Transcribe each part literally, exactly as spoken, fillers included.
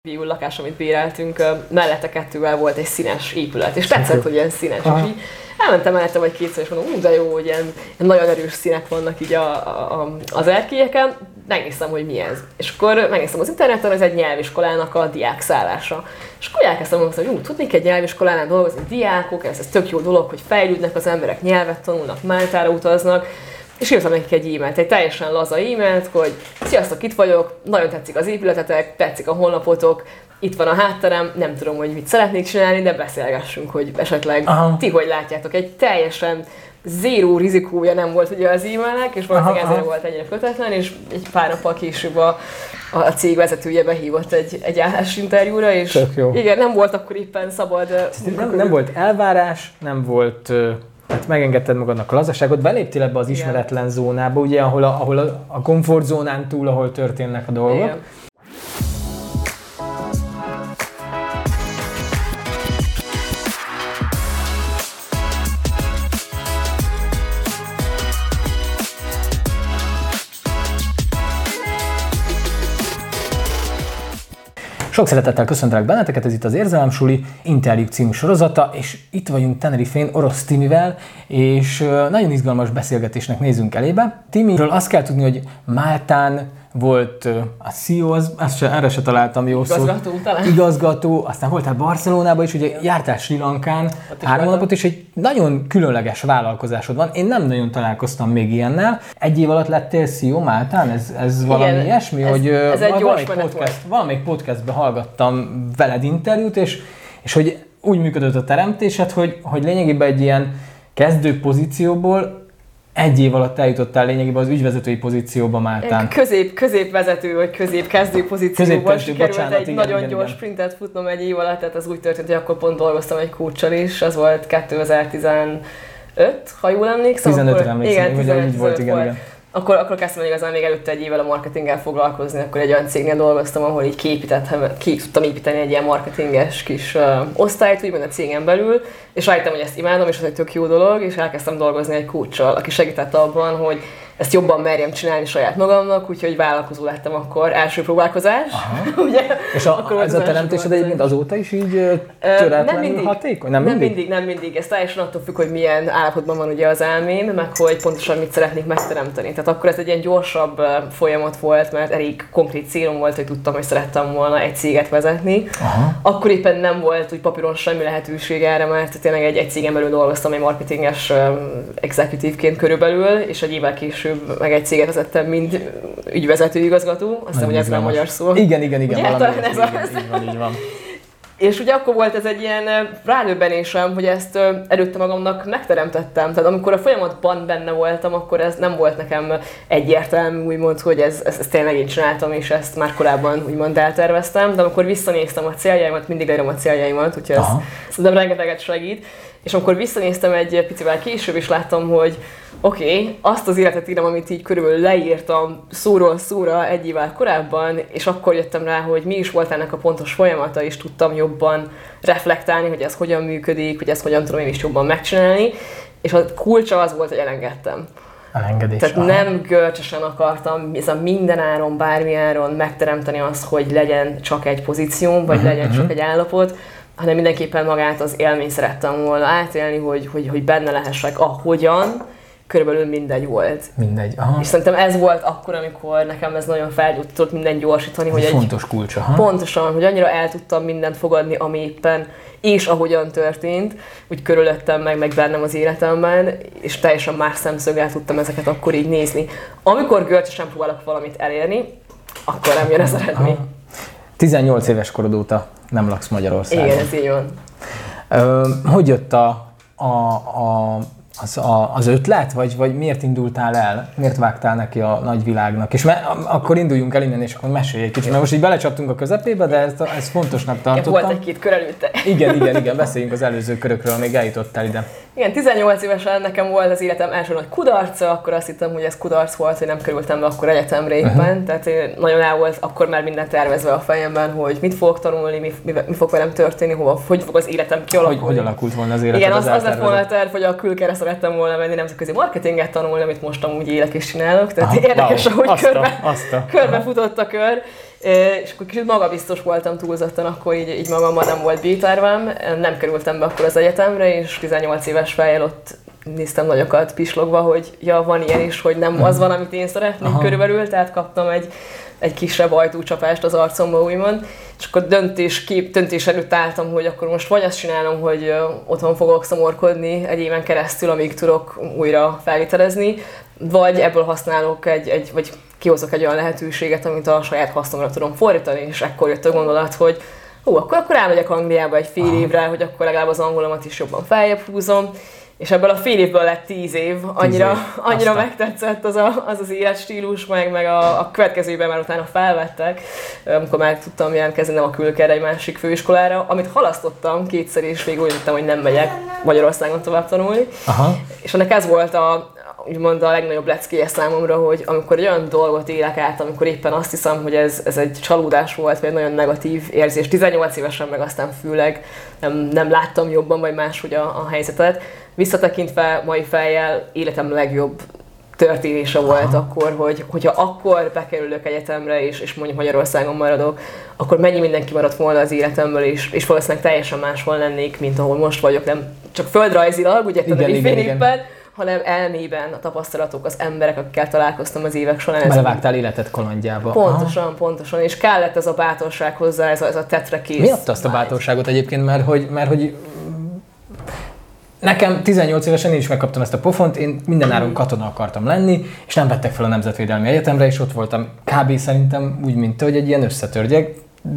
végül lakás, amit béreltünk, mellette kettővel volt egy színes épület, és tetszett, hogy ilyen színes, és így elmentem mellette vagy kétszer, és mondom, ú, de jó, hogy ilyen, ilyen nagyon erős színek vannak így a, a, az erkélyeken, megnéztem, hogy mi ez. És akkor megnéztem az interneten, ez egy nyelviskolának a diákszállása. És akkor elkezdtem mondani, hogy ú, tudnék egy nyelviskolánál dolgozni, diákok, ez, ez tök jó dolog, hogy fejlődnek az emberek, nyelvet tanulnak, Máltára utaznak. És írtam nekik egy e-mailt, egy teljesen laza e-mailt, hogy sziasztok, itt vagyok, nagyon tetszik az épületetek, tetszik a honlapotok, itt van a hátterem, nem tudom, hogy mit szeretnék csinálni, de beszélgessünk, hogy esetleg aha. ti hogy látjátok. Egy teljesen zéró rizikója nem volt ugye az e-mailnek, és valószínűleg ezért volt ennyire kötetlen, és egy pár nappal később a, a cég vezetője behívott egy, egy állásinterjúra, és igen, nem volt akkor éppen szabad. Nem, nem volt elvárás, nem volt... Hát megengedted magadnak a lazaságot, beléptél ebbe az ismeretlen igen. zónába, ugye, ahol, a, ahol a, a komfortzónán túl, ahol történnek a dolgok. Igen. Sok szeretettel köszöntelek benneteket, ez itt az Érzelemsuli Interjúk című sorozata, és itt vagyunk Tenerifén Orosz Timivel, és nagyon izgalmas beszélgetésnek nézünk elébe. Timiről azt kell tudni, hogy Máltán volt a cé e o, az, azt se, erre se találtam jó szót. Igazgató talán. Igazgató, aztán voltál Barcelonában is, ugye jártál Sri Lankán három napot, és egy nagyon különleges vállalkozásod van. Én nem nagyon találkoztam még ilyennel. Egy év alatt lettél cé e o Máltán? Ez, ez valami igen, ilyesmi, ez, hogy ez egy valamelyik, podcast, valamelyik podcastben hallgattam veled interjút, és, és hogy úgy működött a teremtésed, hogy, hogy lényegében egy ilyen kezdő pozícióból egy év alatt eljutottál lényegében az ügyvezetői pozícióba Máltán. Közép, középvezető vagy középkezdő pozícióban sikerült bocsánat, egy igen, nagyon igen, gyors igen. sprintet futnom egy év alatt, tehát az úgy történt, hogy akkor pont dolgoztam egy coachal is, az volt kétezer-tizenöt, ha jól emlékszem. tizenötre emlékszem, igen, tizenöt, úgy volt, igen, igen. Akkor, akkor kezdtem igazán még előtte egy évvel a marketinggel foglalkozni, akkor egy olyan cégnél dolgoztam, ahol így kiépítettem, ki tudtam építeni egy ilyen marketinges kis uh, osztályt, úgymond a cégen belül, és rájöttem, hogy ezt imádom, és ez egy tök jó dolog, és elkezdtem dolgozni egy coachsal, aki segített abban, hogy ezt jobban merjem csinálni saját magamnak, úgyhogy vállalkozó lettem akkor, első próbálkozás. Ugye? És a, akkor ez a teremtésed egyébként azóta is így töretlenül hatékony? Nem mindig? Nem mindig, nem mindig. Ez teljesen attól függ, hogy milyen állapotban van ugye az elmém, meg hogy pontosan mit szeretnék megteremteni. Tehát akkor ez egy ilyen gyorsabb folyamat volt, mert elég konkrét célom volt, hogy tudtam, hogy szerettem volna egy céget vezetni. Aha. Akkor éppen nem volt úgy papíron semmi lehetőség erre, mert tényleg egy, egy cégen belül dolgoztam egy marketinges executiveként körülbelül, és egy évvel később meg egy céget vezettem, mind ügyvezető igazgató, azt hiszem, hogy ez nem magyar szó. Igen, igen, igen, ugye, valami ez igen, így van, így van. És ugye akkor volt ez egy ilyen rádöbbenésem, hogy ezt előtte magamnak megteremtettem. Tehát amikor a folyamatban benne voltam, akkor ez nem volt nekem egyértelmű, úgymond, hogy ez, ez, ezt tényleg én csináltam, és ezt már korábban úgymond elterveztem. De amikor visszanéztem a céljaimat, mindig leírom a céljaimat, úgyhogy ez szerintem rengeteget segít. És amikor visszanéztem egy picivel később, és láttam, hogy oké, okay, azt az életet írom, amit így körülbelül leírtam szóról szóra egy évvel korábban, és akkor jöttem rá, hogy mi is volt ennek a pontos folyamata, és tudtam jobban reflektálni, hogy ez hogyan működik, hogy ezt hogyan tudom én is jobban megcsinálni, és a kulcsa az volt, hogy elengedtem. Elengedés. Tehát aha. nem görcsösen akartam ez a minden áron, bármi áron megteremteni azt, hogy legyen csak egy pozícióm, vagy uh-huh, legyen uh-huh. csak egy állapot, hanem mindenképpen magát az élményt szerettem volna átélni, hogy, hogy, hogy benne lehessek ahogyan, körülbelül mindegy volt. Mindegy, aha. És szerintem ez volt akkor, amikor nekem ez nagyon felgyújtott minden gyorsítani, ez hogy egy fontos kulcs, aha. Pontosan, hogy annyira el tudtam mindent fogadni, ami éppen és ahogyan történt, úgy körülöttem meg, meg bennem az életemben, és teljesen más szemszöggel tudtam ezeket akkor így nézni. Amikor görcsösen próbálok valamit elérni, akkor nem jön az eredmény. tizennyolc éves korod óta nem laksz Magyarországon. Igen, ez így van. Ö, hogy jött a, a, a, az, a, az ötlet, vagy, vagy miért indultál el? Miért vágtál neki a nagyvilágnak? És me, akkor induljunk el innen, és akkor mesélj egy kicsit, mert most így belecsaptunk a közepébe, de ezt, ezt fontosnak tartottam. Volt egy-két kör előtte. Igen, igen, igen, beszéljünk az előző körökről, még eljutottál ide. Igen, tizennyolc évesen nekem volt az életem első nagy kudarca, akkor azt hittem, hogy ez kudarc volt, hogy nem kerültem be akkor egyetemre éppen. Uh-huh. Tehát én nagyon el volt akkor már minden tervezve a fejemben, hogy mit fogok tanulni, mi, mi, mi fog velem történni, hova, hogy fog az életem kialakulni. Hogy, hogy alakult volna az életed? Igen, az, az, az lett volna a terv, hogy a külkerre szerettem volna menni nemzetközi marketinget tanulni, amit most amúgy élek és csinálok. Tehát aha, érdekes, wow, ahogy azt körbe, a, azt a. körbe futott a kör. És akkor kicsit magabiztos voltam túlzottan, akkor így, így magammal nem volt B-tervem, nem kerültem be akkor az egyetemre, és tizennyolc éves fejjel ott néztem nagyokat pislogva, hogy ja, van ilyen is, hogy nem az van, amit én szeretnék körülbelül, tehát kaptam egy, egy kisebb ajtócsapást az arcomba, úgymond, és akkor döntés, kép, döntés előtt álltam, hogy akkor most vagy azt csinálom, hogy otthon fogok szomorkodni egy éven keresztül, amíg tudok újra felvételezni, vagy ebből használok egy, egy vagy kihozok egy olyan lehetőséget, amit a saját hasznomra tudom fordítani, és ekkor jött a gondolat, hogy hú, akkor, akkor elmegyek Angliába egy fél évre, hogy akkor legalább az angolomat is jobban feljebb húzom, és ebből a fél évből lett tíz év, annyira, tíz év. annyira megtetszett az, a, az az életstílus, meg, meg a, a következőben már utána felvettek, amikor már tudtam jelentkezni nem a Külkerre egy másik főiskolára, amit halasztottam kétszer, és végül úgy tudtam, hogy nem megyek Magyarországon tovább tanulni. Aha. És ennek ez volt a úgymond a legnagyobb leckéje számomra, hogy amikor egy olyan dolgot élek át, amikor éppen azt hiszem, hogy ez, ez egy csalódás volt, vagy egy nagyon negatív érzés, tizennyolc évesen meg aztán főleg nem, nem láttam jobban, vagy máshogy a, a helyzetet. Visszatekintve mai fejjel életem legjobb történése volt akkor, hogy, hogyha akkor bekerülök egyetemre, és, és mondjuk Magyarországon maradok, akkor mennyi mindenki maradt volna az életemből, és, és valószínűleg teljesen máshol lennék, mint ahol most vagyok, nem csak földrajzilag, ugye tanulni hanem elmében a tapasztalatok, az emberek, akikkel találkoztam az évek során. Belevágtál életed kalandjába. Pontosan, Aha. pontosan, és kellett ez a bátorság hozzá, ez a, ez a tetrekész. Mi adta azt a bátorságot egyébként, mert hogy, mert hogy nekem tizennyolc évesen én is megkaptam ezt a pofont, én mindenáron katona akartam lenni, és nem vettek fel a Nemzetvédelmi Egyetemre, és ott voltam kb. Szerintem úgy, mint te, hogy egy ilyen összetörgyek,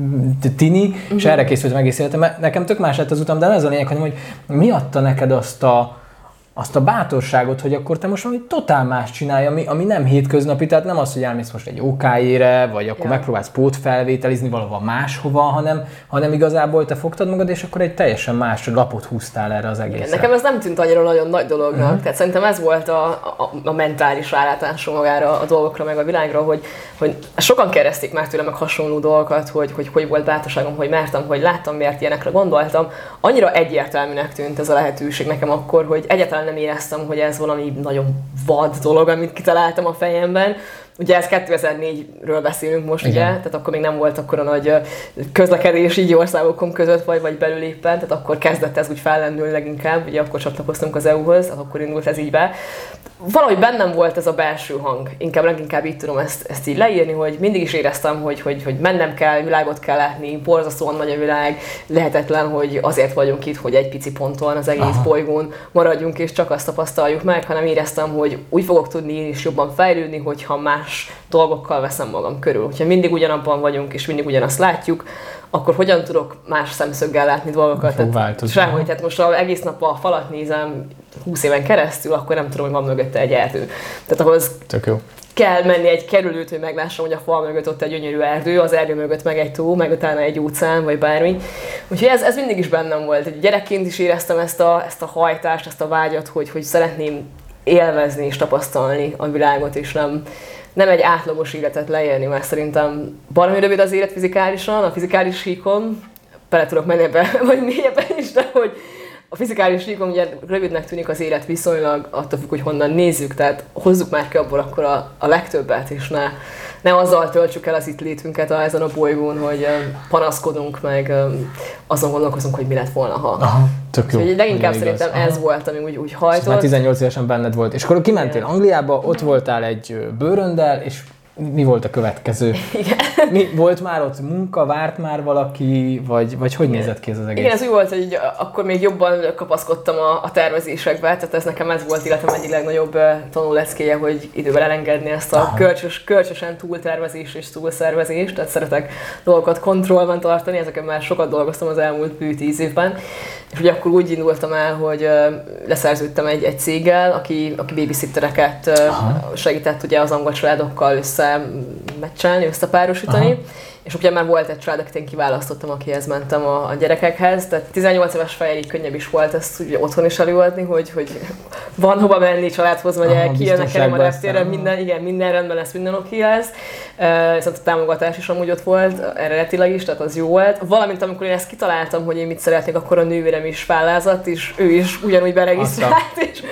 tini, uh-huh. és erre készültem egész életem. Nekem tök más lett az utam, de nem ez a lényeg, hanem hogy mi adta neked azt a azt a bátorságot, hogy akkor te most valami totál más csinálj, ami, ami nem hétköznapi, tehát nem az, hogy elmész most egy ó ká é-re, vagy akkor ja. megpróbálsz pótfelvételizni valahova máshova, hanem, hanem igazából te fogtad magad, és akkor egy teljesen más lapot húztál erre az egészre. Nekem ez nem tűnt annyira nagyon nagy dolognak, uh-huh. tehát szerintem ez volt a, a, a mentális rálátásom magára a dolgokra, meg a világra, hogy, hogy sokan kérdezték már tőlem meg hasonló dolgokat, hogy, hogy hogy volt bátorságom, hogy mertem, hogy láttam, miért ilyenekre gondoltam. Annyira egyértelműnek tűnt ez a lehetőség nekem akkor, hogy egyáltalán nem éreztem, hogy ez valami nagyon vad dolog, amit kitaláltam a fejemben. Ugye ez kétezer-négyről beszélünk most, igen. ugye, tehát akkor még nem volt akkora nagy közlekedés így országokon között, vagy, vagy belül éppen, tehát akkor kezdett ez úgy fellendülni leginkább, ugye akkor csatlakoztunk az é u-hoz, akkor indult ez így be. Valahogy bennem volt ez a belső hang, inkább leginkább így tudom ezt, ezt így leírni, hogy mindig is éreztem, hogy, hogy, hogy mennem kell, világot kell látni, borzasztóan nagy a világ, lehetetlen, hogy azért vagyunk itt, hogy egy pici ponton az egész Aha. bolygón maradjunk és csak azt tapasztaljuk meg, hanem éreztem, hogy úgy fogok tudni én is jobban fejlődni, hogyha más dolgokkal veszem magam körül. Hogyha mindig ugyanabban vagyunk és mindig ugyanazt látjuk, akkor hogyan tudok más szemszöggel látni dolgokat? Tehát, sehogy, tehát most ha egész nap a falat nézem húsz éven keresztül, akkor nem tudom, hogy van mögötte egy erdő. Tehát ahhoz Tök jó. kell menni egy kerülőt, hogy meglássam, hogy a fal mögött ott egy gyönyörű erdő, az erdő mögött meg egy tó, meg utána egy óceán, vagy bármi. Úgyhogy ez, ez mindig is bennem volt. Gyerekként is éreztem ezt a, ezt a hajtást, ezt a vágyat, hogy, hogy szeretném élvezni és tapasztalni a világot, és nem, nem egy átlagos életet leélni, mert szerintem baromi rövid az élet fizikálisan, a fizikális síkon, bele tudok menni ebbe, vagy mélyebben is, de hogy a fizikális síkon ugye rövidnek tűnik az élet viszonylag, attól függ, hogy honnan nézzük, tehát hozzuk már ki abból akkor a, a legtöbbet, és ne, ne azzal töltsük el az itt létünket a, ezen a bolygón, hogy panaszkodunk, meg azon gondolkozunk, hogy mi lett volna, ha. Aha, tök jó. Úgyhogy leginkább szerintem igaz. Ez volt, ami úgy, úgy hajtott. Már tizennyolc évesen benned volt, és akkor kimentél Igen. Angliába, ott voltál egy bőröndel, és mi volt a következő? Igen. Mi, volt már ott munka, várt már valaki, vagy, vagy hogy nézett ki ez az egész? Igen, ez úgy volt, hogy akkor még jobban kapaszkodtam a, a tervezésekbe, tehát ez nekem ez volt életem egyik legnagyobb tanulleckéje, hogy idővel elengedni ezt a kölcsös, kölcsösen túltervezés és túlszervezést, tehát szeretek dolgokat kontrollban tartani, ezeken már sokat dolgoztam az elmúlt bő tíz évben, és ugye akkor úgy indultam el, hogy leszerződtem egy, egy céggel, aki, aki babysittereket Aha. segített ugye az angol családokkal összemeccselni, összepárosítani. Aha. És ugye már volt egy család, akit én kiválasztottam, akihez mentem a, a gyerekekhez, tehát tizennyolc éves fejjel így könnyebb is volt ezt ugye otthon is előadni, hogy, hogy van hova menni, családhoz megyek, kijönnek elém a reptérre, minden, igen, minden rendben lesz, minden oké lesz. Uh, viszont a támogatás is amúgy ott volt, eredetileg is, tehát az jó volt. Valamint amikor én ezt kitaláltam, hogy én mit szeretnék, akkor a nővérem is fálázott, és ő is ugyanúgy beregisztrált, és,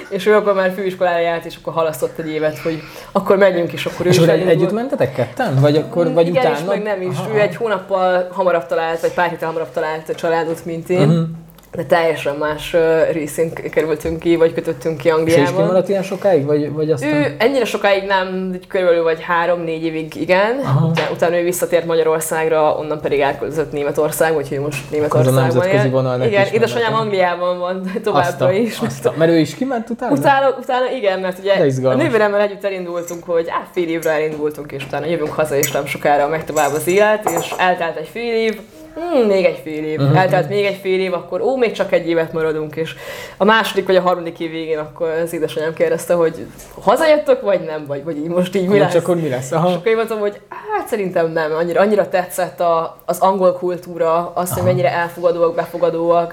és ő akkor már főiskolára járt, és akkor halasztott egy évet, hogy akkor menjünk, és akkor ő és is egy, együtt mentetek ketten? Vagy akkor, vagy igen, utána? is, meg nem is. Aha. Ő egy hónappal hamarabb talált, vagy pár héttel hamarabb talált a családot, mint én. Uh-huh. De teljesen más részén kerültünk ki, vagy kötöttünk ki Angliában. És is kimaradt ilyen sokáig? Vagy, vagy aztán... Ő ennyire sokáig nem, körülbelül vagy három-négy évig igen. Utána, utána ő visszatért Magyarországra, onnan pedig elköltözött Németországba, úgyhogy most Németországban él. Igen, édesanyám Angliában van továbbra is. Azta. Mert ő is kiment utána? Utána, utána igen, mert ugye a nővéremmel együtt elindultunk, hogy á, fél évre elindultunk, és utána jövünk haza, és nem sokára megy tovább az élet, és eltelt egy fél év. Hmm, még egy fél év. Uh-huh. Eltelt még egy fél év, akkor ó, még csak egy évet maradunk, és a második vagy a harmadik év végén akkor az édesanyám kérdezte, hogy hazajöttök, vagy nem, vagy, vagy így most így mi lesz? Csak akkor mi lesz? Aha. És akkor én mondtam, hogy hát szerintem nem, annyira, annyira tetszett a, az angol kultúra, az, hogy mennyire elfogadóak, befogadóak.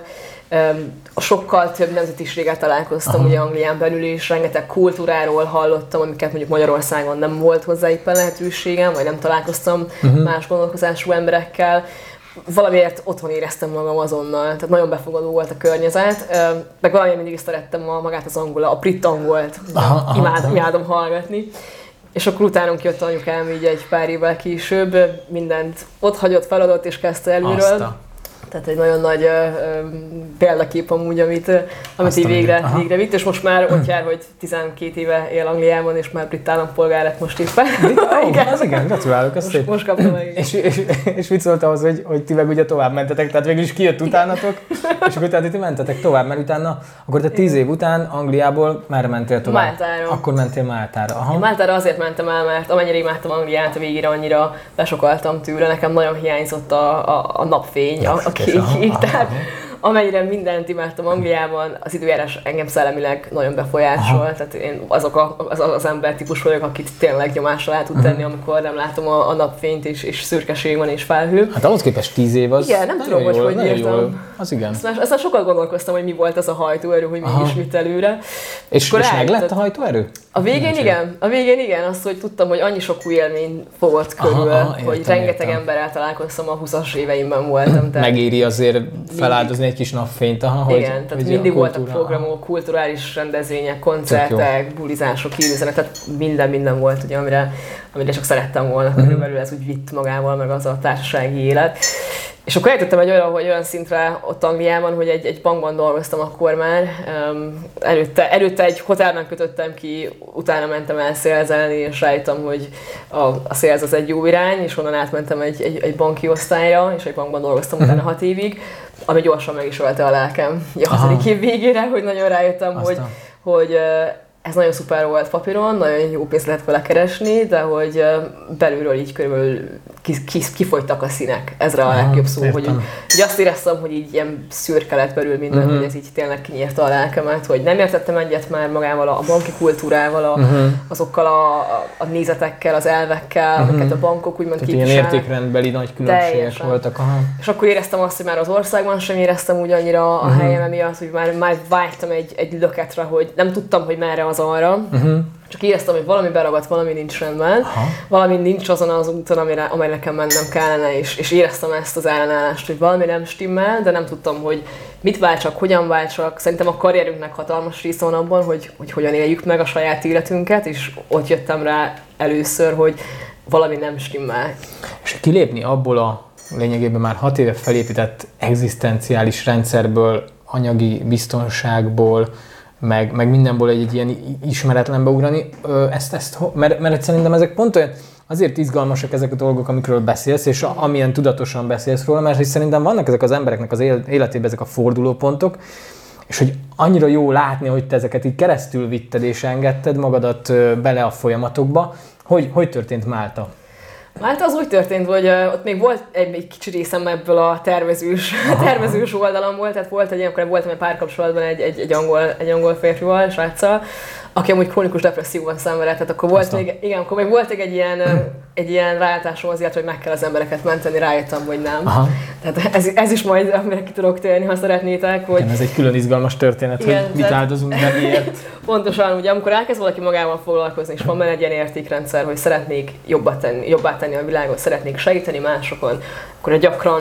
A sokkal több nemzetiséggel találkoztam Aha. ugye Anglián belül, és rengeteg kultúráról hallottam, amiket mondjuk Magyarországon nem volt hozzá éppen lehetőségem, vagy nem találkoztam uh-huh. más gondolkozású emberekkel. Valamiért otthon éreztem magam azonnal, tehát nagyon befogadó volt a környezet, meg valamiért mindig is szerettem a, magát az angol, a brit angolt, aha, aha, Imád, aha. imádom hallgatni. És akkor utánunk jött anyukám így egy pár évvel később, mindent ott hagyott, feladott és kezdte előről. Azta. Tehát egy nagyon nagy uh, példakép amúgy, amit, amit így végre, végre vitt, és most már ott jár, hogy tizenkét éve él Angliában, és már brit állampolgár lett most éppen. Oh, igen. Az igen, gratulálok, ezt most, most kaptam meg. És, és, és mit szólt ahhoz, hogy, hogy ti meg ugye tovább mentetek, tehát végül is kijött utánatok, és akkor utána ti mentetek tovább, mert utána, akkor te tíz év után Angliából merre mentél tovább? Máltára. Akkor mentél Máltára. Aha. Én Máltára azért mentem el, mert amennyire imádtam Angliát, a végére annyira besokaltam tőle, nekem nagyon hiányzott a, a, a napfény, a, a kék, tehát amennyire mindent imádtam Angliában, az időjárás engem szellemileg nagyon befolyásol, tehát én azok a, az, az embertípus vagyok, akit tényleg nyomásra rá tud tenni, amikor nem látom a, a napfényt, és, és szürkeség van, és felhő. Hát ahhoz képest tíz év az. Igen, nem tudom, hogy hogy írtam. Az igen. Aztán, aztán sokat gondolkoztam, hogy mi volt az a hajtóerő, hogy mi is mit előre. És, és meg lett a hajtóerő? A végén Nincs igen, a végén igen, azt, hogy tudtam, hogy annyi sok új élmény fogott körül, aha, aha, értem, hogy rengeteg értem. emberrel találkoztam, a huszas éveimben voltam. Tehát megéri azért feláldozni egy kis napfényt, aha, igen, hogy, tehát hogy mindig voltak programok, kulturális rendezvények, koncertek, bulizások, hírüzenek, tehát minden, minden volt, ugye, amire, amire csak szerettem volna, uh-huh. körülbelül ez úgy vitt magával, meg az a társasági élet. És akkor eljutottam egy olyan, hogy olyan szintre ott Angliában, hogy egy, egy bankban dolgoztam akkor már. Um, előtte, előtte egy hotelben kötöttem ki, utána mentem el szélzelni, és rájöttem, hogy a, a szélz az egy jó irány, és onnan átmentem egy, egy, egy banki osztályra, és egy bankban dolgoztam utána hat évig, ami gyorsan meg is ölte a lelkem a hatodik év végére, hogy nagyon rájöttem, Aztán. hogy, hogy ez nagyon szuper volt papíron, nagyon jó pénzt lehet vele keresni, de hogy belülről így körülbelül kifogytak a színek. Ez rá a legjobb szó, hogy, hogy azt éreztem, hogy így ilyen szürke lett belül minden, uh-huh. hogy ez így tényleg kinyírta a lelkemet, hogy nem értettem egyet már magával a banki kultúrával, a, uh-huh. azokkal a, a nézetekkel, az elvekkel, uh-huh. amiket a bankok úgymond képviselnek. Ilyen értékrendbeli nagy különbségek Teljesen. voltak. Aha. És akkor éreztem azt, hogy már az országban sem éreztem úgy annyira a uh-huh. helyem emiatt, hogy már, már vágytam egy, egy löketre, hogy nem tudtam, hogy merre az arra. Uh-huh. Csak éreztem, hogy valami beragadt, valami nincs rendben, Aha. valami nincs azon az úton, amire, amire nekem mennem kellene, és, és éreztem ezt az ellenállást, hogy valami nem stimmel, de nem tudtam, hogy mit váltsak, hogyan váltsak. Szerintem a karrierünknek hatalmas része van abban, hogy, hogy hogyan éljük meg a saját életünket, és ott jöttem rá először, hogy valami nem stimmel. És kilépni abból a lényegében már hat éve felépített egzisztenciális rendszerből, anyagi biztonságból, Meg, meg mindenből egy, egy ilyen ismeretlenbe ugrani, ezt, ezt, mert, mert szerintem ezek pont olyan, azért izgalmasak ezek a dolgok, amikről beszélsz, és amilyen tudatosan beszélsz róla, mert szerintem vannak ezek az embereknek az életében ezek a fordulópontok, és hogy annyira jó látni, hogy te ezeket így keresztül vitted és engedted magadat bele a folyamatokba. Hogy, hogy történt Málta? Málta az úgy történt, hogy uh, ott még volt egy, egy kicsi részem ebből a tervezős, tervezős oldalam volt, tehát volt egy ilyen, akkor voltam egy párkapcsolatban egy, egy, egy, angol, egy angol férfival, sráccal, aki amúgy krónikus depresszióban szenvedett, tehát akkor volt még, igen, akkor még volt egy ilyen, egy ilyen rálátásom azért, hogy meg kell az embereket menteni, rájöttem, hogy nem. Aha. Tehát ez, ez is majd, amire ki tudok térni, ha szeretnétek. Hogy... Igen, ez egy külön izgalmas történet, igen, hogy mit áldozunk, de miért. Pontosan, ugye amikor elkezd valaki magával foglalkozni, és van benne egy ilyen értékrendszer, hogy szeretnék jobbá tenni, jobbá tenni a világot, szeretnék segíteni másokon, akkor gyakran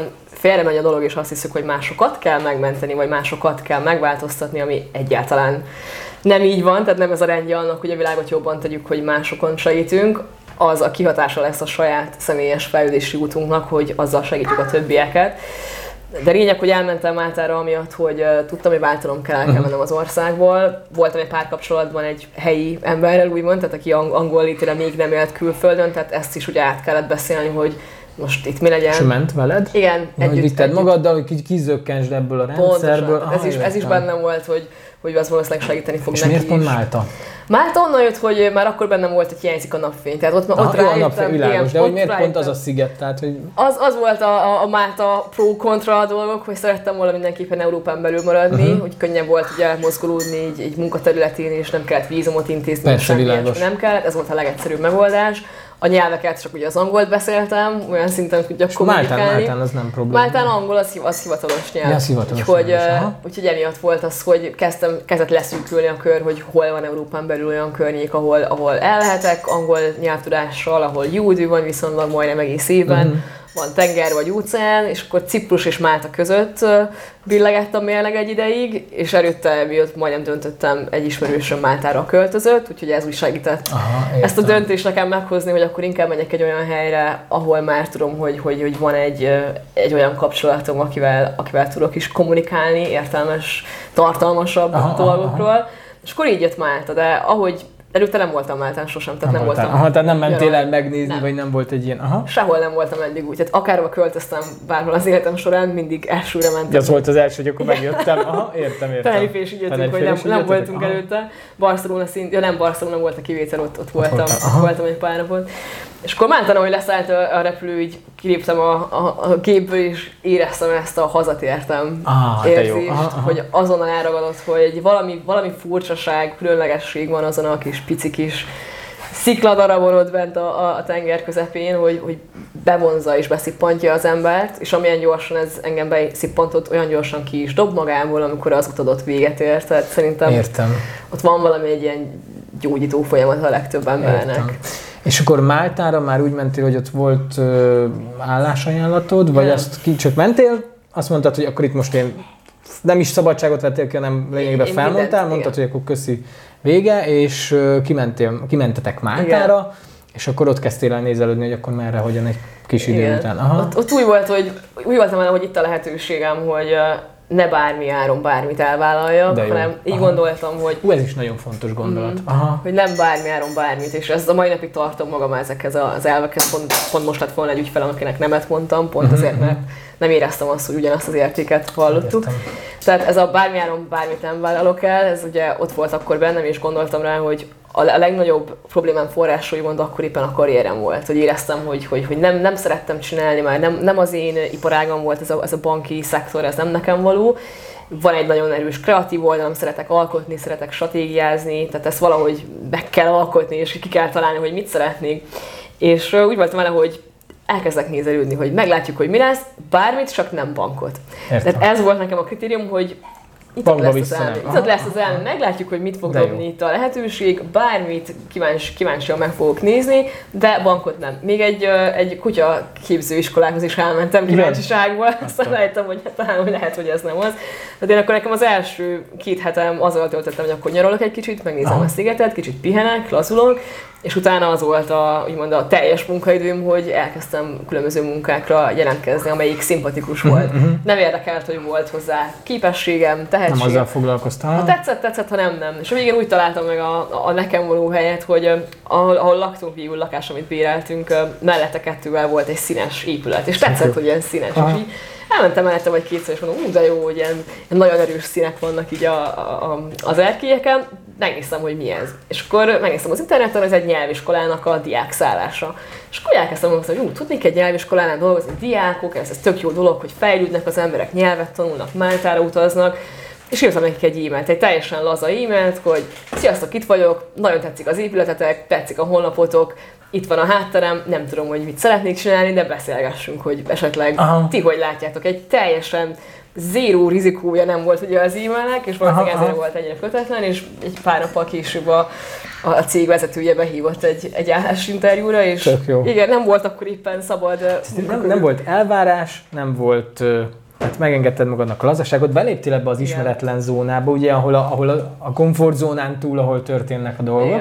félre megy a dolog, és azt hiszük, hogy másokat kell megmenteni, vagy másokat kell megváltoztatni, ami egyáltalán nem így van, tehát nem ez a rendje annak, hogy a világot jobban tegyük, hogy másokon segítünk. Az a kihatása lesz a saját személyes fejlődési útunknak, hogy azzal segítjük a többieket. De lényeg, hogy elmentem Máltára amiatt, hogy uh, tudtam, hogy váltanom kell, el kell mennem az országból. Voltam egy párkapcsolatban egy helyi emberrel, úgymond, tehát aki angol létére még nem élt külföldön, tehát ezt is ugye át kellett beszélni, hogy most itt mi legyen. És ment veled? Igen, ja, együtt. Vitted magaddal, hogy kizökkensd ebből a rendszerből. Pontosan, ez, is, ez is bennem volt, hogy, hogy az valószínűleg segíteni fog és neki miért pont is. Málta? Málta onnan jött, hogy már akkor bennem volt, hogy hiányzik a napfény. Tehát ott, Aha, ott jó, a rájöttem, napfény, világos, igen, de hogy miért rájöttem. pont az a sziget? Tehát, hogy... az, az volt a, a, a Málta pro-kontra dolgok, hogy szerettem volna mindenképpen Európán belül maradni, uh-huh. hogy könnyebb volt ugye mozgolódni egy, egy munkaterületén, és nem kellett vízumot intézni. Persze, világos. Nem kellett, ez volt a legegyszerűbb megoldás. A nyelveket csak ugye az angolt beszéltem, olyan szinten tudjak kommunikálni. Máltán, Máltán az nem probléma. Máltán angol az, az hivatalos nyelv. Ja, az hivatalos úgyhogy, nyelv. úgyhogy emiatt volt az, hogy kezdtem, kezdett leszűkülni a kör, hogy hol van Európán belül olyan környék, ahol, ahol el lehetek angol nyelvtudással, ahol jó idő van viszonylag majdnem egész évben. Uh-huh. Van tenger vagy óceán, és akkor Ciprus és Málta között billegett a mérleg egy ideig, és előtte miatt majdnem döntöttem, egy ismerősöm Máltára költözött, úgyhogy ez úgy segített. Aha, ezt a döntést nekem meghozni, hogy akkor inkább megyek egy olyan helyre, ahol már tudom, hogy, hogy, hogy van egy, egy olyan kapcsolatom, akivel, akivel tudok is kommunikálni, értelmes, tartalmasabb aha, dolgokról. Aha. És akkor így jött Málta, de ahogy előtte nem voltam Máltán sosem, tehát nem, nem voltam. Aha, tehát nem mentél el megnézni, nem. Vagy nem volt egy ilyen, aha. Sehol nem voltam eddig úgy, tehát akárhol költöztem bárhol az életem során, mindig elsőre mentem. Ja, az volt az első, hogy akkor megjöttem, aha, értem, értem. Tenerife is így jöttünk, hogy nem, nem voltunk aha. előtte. Barcelona szint, ja nem, Barcelona volt a kivétel, ott, ott voltam, ott, ott voltam egy pár napot. És akkor Máltán, ahogy leszállt a, a repülő, így kiléptem a, a, a gépből, és éreztem ezt a hazatértem ah, érzést, aha, aha. hogy azonnal elragadott, hogy egy valami, valami furcsaság, különlegesség van azon a kis pici kis szikladarabon ott bent a, a, a tenger közepén, hogy, hogy bevonza és beszippantja az embert, és amilyen gyorsan ez engem beszippantott, olyan gyorsan ki is dob magából, amikor az utad ott véget ért. Tehát szerintem értem. Ott van valami egy ilyen gyógyító folyamat a legtöbb embernek. Értem. És akkor Máltára már úgy mentél, hogy ott volt ö, állásajánlatod, vagy nem. Azt ki csak mentél, azt mondtad, hogy akkor itt most én nem is szabadságot vettél ki, hanem lényegében felmondtál, mindent, mondtad, igen. Hogy akkor köszi, vége, és uh, kimentél, kimentetek Máltára, igen. És akkor ott kezdtél el nézelődni, hogy akkor merre, hogyan egy kis idő igen. Után. Aha. Ott, ott úgy volt, hogy úgy voltam vele, hogy itt a lehetőségem, hogy uh, ne bármi áron bármit elvállaljak, hanem így aha. Gondoltam, hogy... Hú, ez is nagyon fontos gondolat. Mm, aha. Hogy nem bármi áron bármit, és ezt a mai napig tartom magam ezekhez az elvekhez. Pont, pont most lett volna egy ügyfelem, akinek nemet mondtam, pont mm-hmm. azért, mert nem éreztem azt, hogy ugyanazt az értéket hallottuk. Értem. Tehát ez a bármi áron bármit nem vállalok el, ez ugye ott volt akkor bennem, és gondoltam rá, hogy a legnagyobb problémám forrása, úgymond akkor éppen a karrierem volt, hogy éreztem, hogy, hogy, hogy nem, nem szerettem csinálni, már nem, nem az én iparágam volt ez a, ez a banki szektor, ez nem nekem való. Van egy nagyon erős kreatív oldalam, szeretek alkotni, szeretek stratégiázni, tehát ezt valahogy meg kell alkotni, és ki kell találni, hogy mit szeretnék. És úgy voltam vele, hogy elkezdek nézelődni, hogy meglátjuk, hogy mi lesz, bármit, csak nem bankot. Értem. Tehát ez volt nekem a kritérium, hogy itt lesz az elme. Itt lesz az elme, meglátjuk, hogy mit fog dobni itt a lehetőség, bármit kíváncsi, kíváncsian meg fogok nézni, de bankot nem. Még egy, egy kutya képzőiskolához is elmentem kíváncsiságból, aztán rájöttem, hogy talán lehet, hogy ez nem az. De én akkor nekem az első két hetem azzal töltöttem, hogy akkor nyaralok egy kicsit, megnézem aha. A szigetet, kicsit pihenek, lazulok, és utána az volt a, úgymond a teljes munkaidőm, hogy elkezdtem különböző munkákra jelentkezni, amelyik szimpatikus volt. Uh-huh. Nem érdekelt, hogy volt hozzá képességem, tehetségem. Nem azzal foglalkoztam. Ha tetszett, tetszett, ha nem, nem. És a végén úgy találtam meg a, a nekem való helyet, hogy ahol, ahol laktunk, végül lakás, amit béreltünk, mellette kettővel volt egy színes épület, és tetszett, hogy ilyen színes. És így elmentem mellette vagy kétszer, és mondom, ú, de jó, hogy ilyen, ilyen nagyon erős színek vannak így a, a, az erkélyeken. Megnéztem, hogy mi ez. És akkor megnéztem az interneten, ez egy nyelviskolának a diákszállása. És akkor elkezdtem mondani, hogy ú, tudnék egy nyelviskolánál dolgozni, diákok, ez, ez tök jó dolog, hogy fejlődnek az emberek, nyelvet tanulnak, Máltára utaznak. És írtam nekik egy e-mailt, egy teljesen laza e-mailt, hogy sziasztok, itt vagyok, nagyon tetszik az épületetek, tetszik a honlapotok, itt van a hátterem, nem tudom, hogy mit szeretnék csinálni, de beszélgessünk, hogy esetleg aha. Ti hogy látjátok. Egy teljesen zéró rizikója nem volt ugye az e-mailnek, és valószínűleg ezért volt ennyire kötetlen, és egy pár nappal később a, a cég vezetője behívott egy, egy állásinterjúra, és igen, nem volt akkor éppen szabad. Nem, nem volt elvárás, nem volt, hát megengedted magadnak a lazaságot, beléptél ebbe az ismeretlen igen. zónába, ugye, ahol a, ahol a, a komfortzónán túl, ahol történnek a dolgok,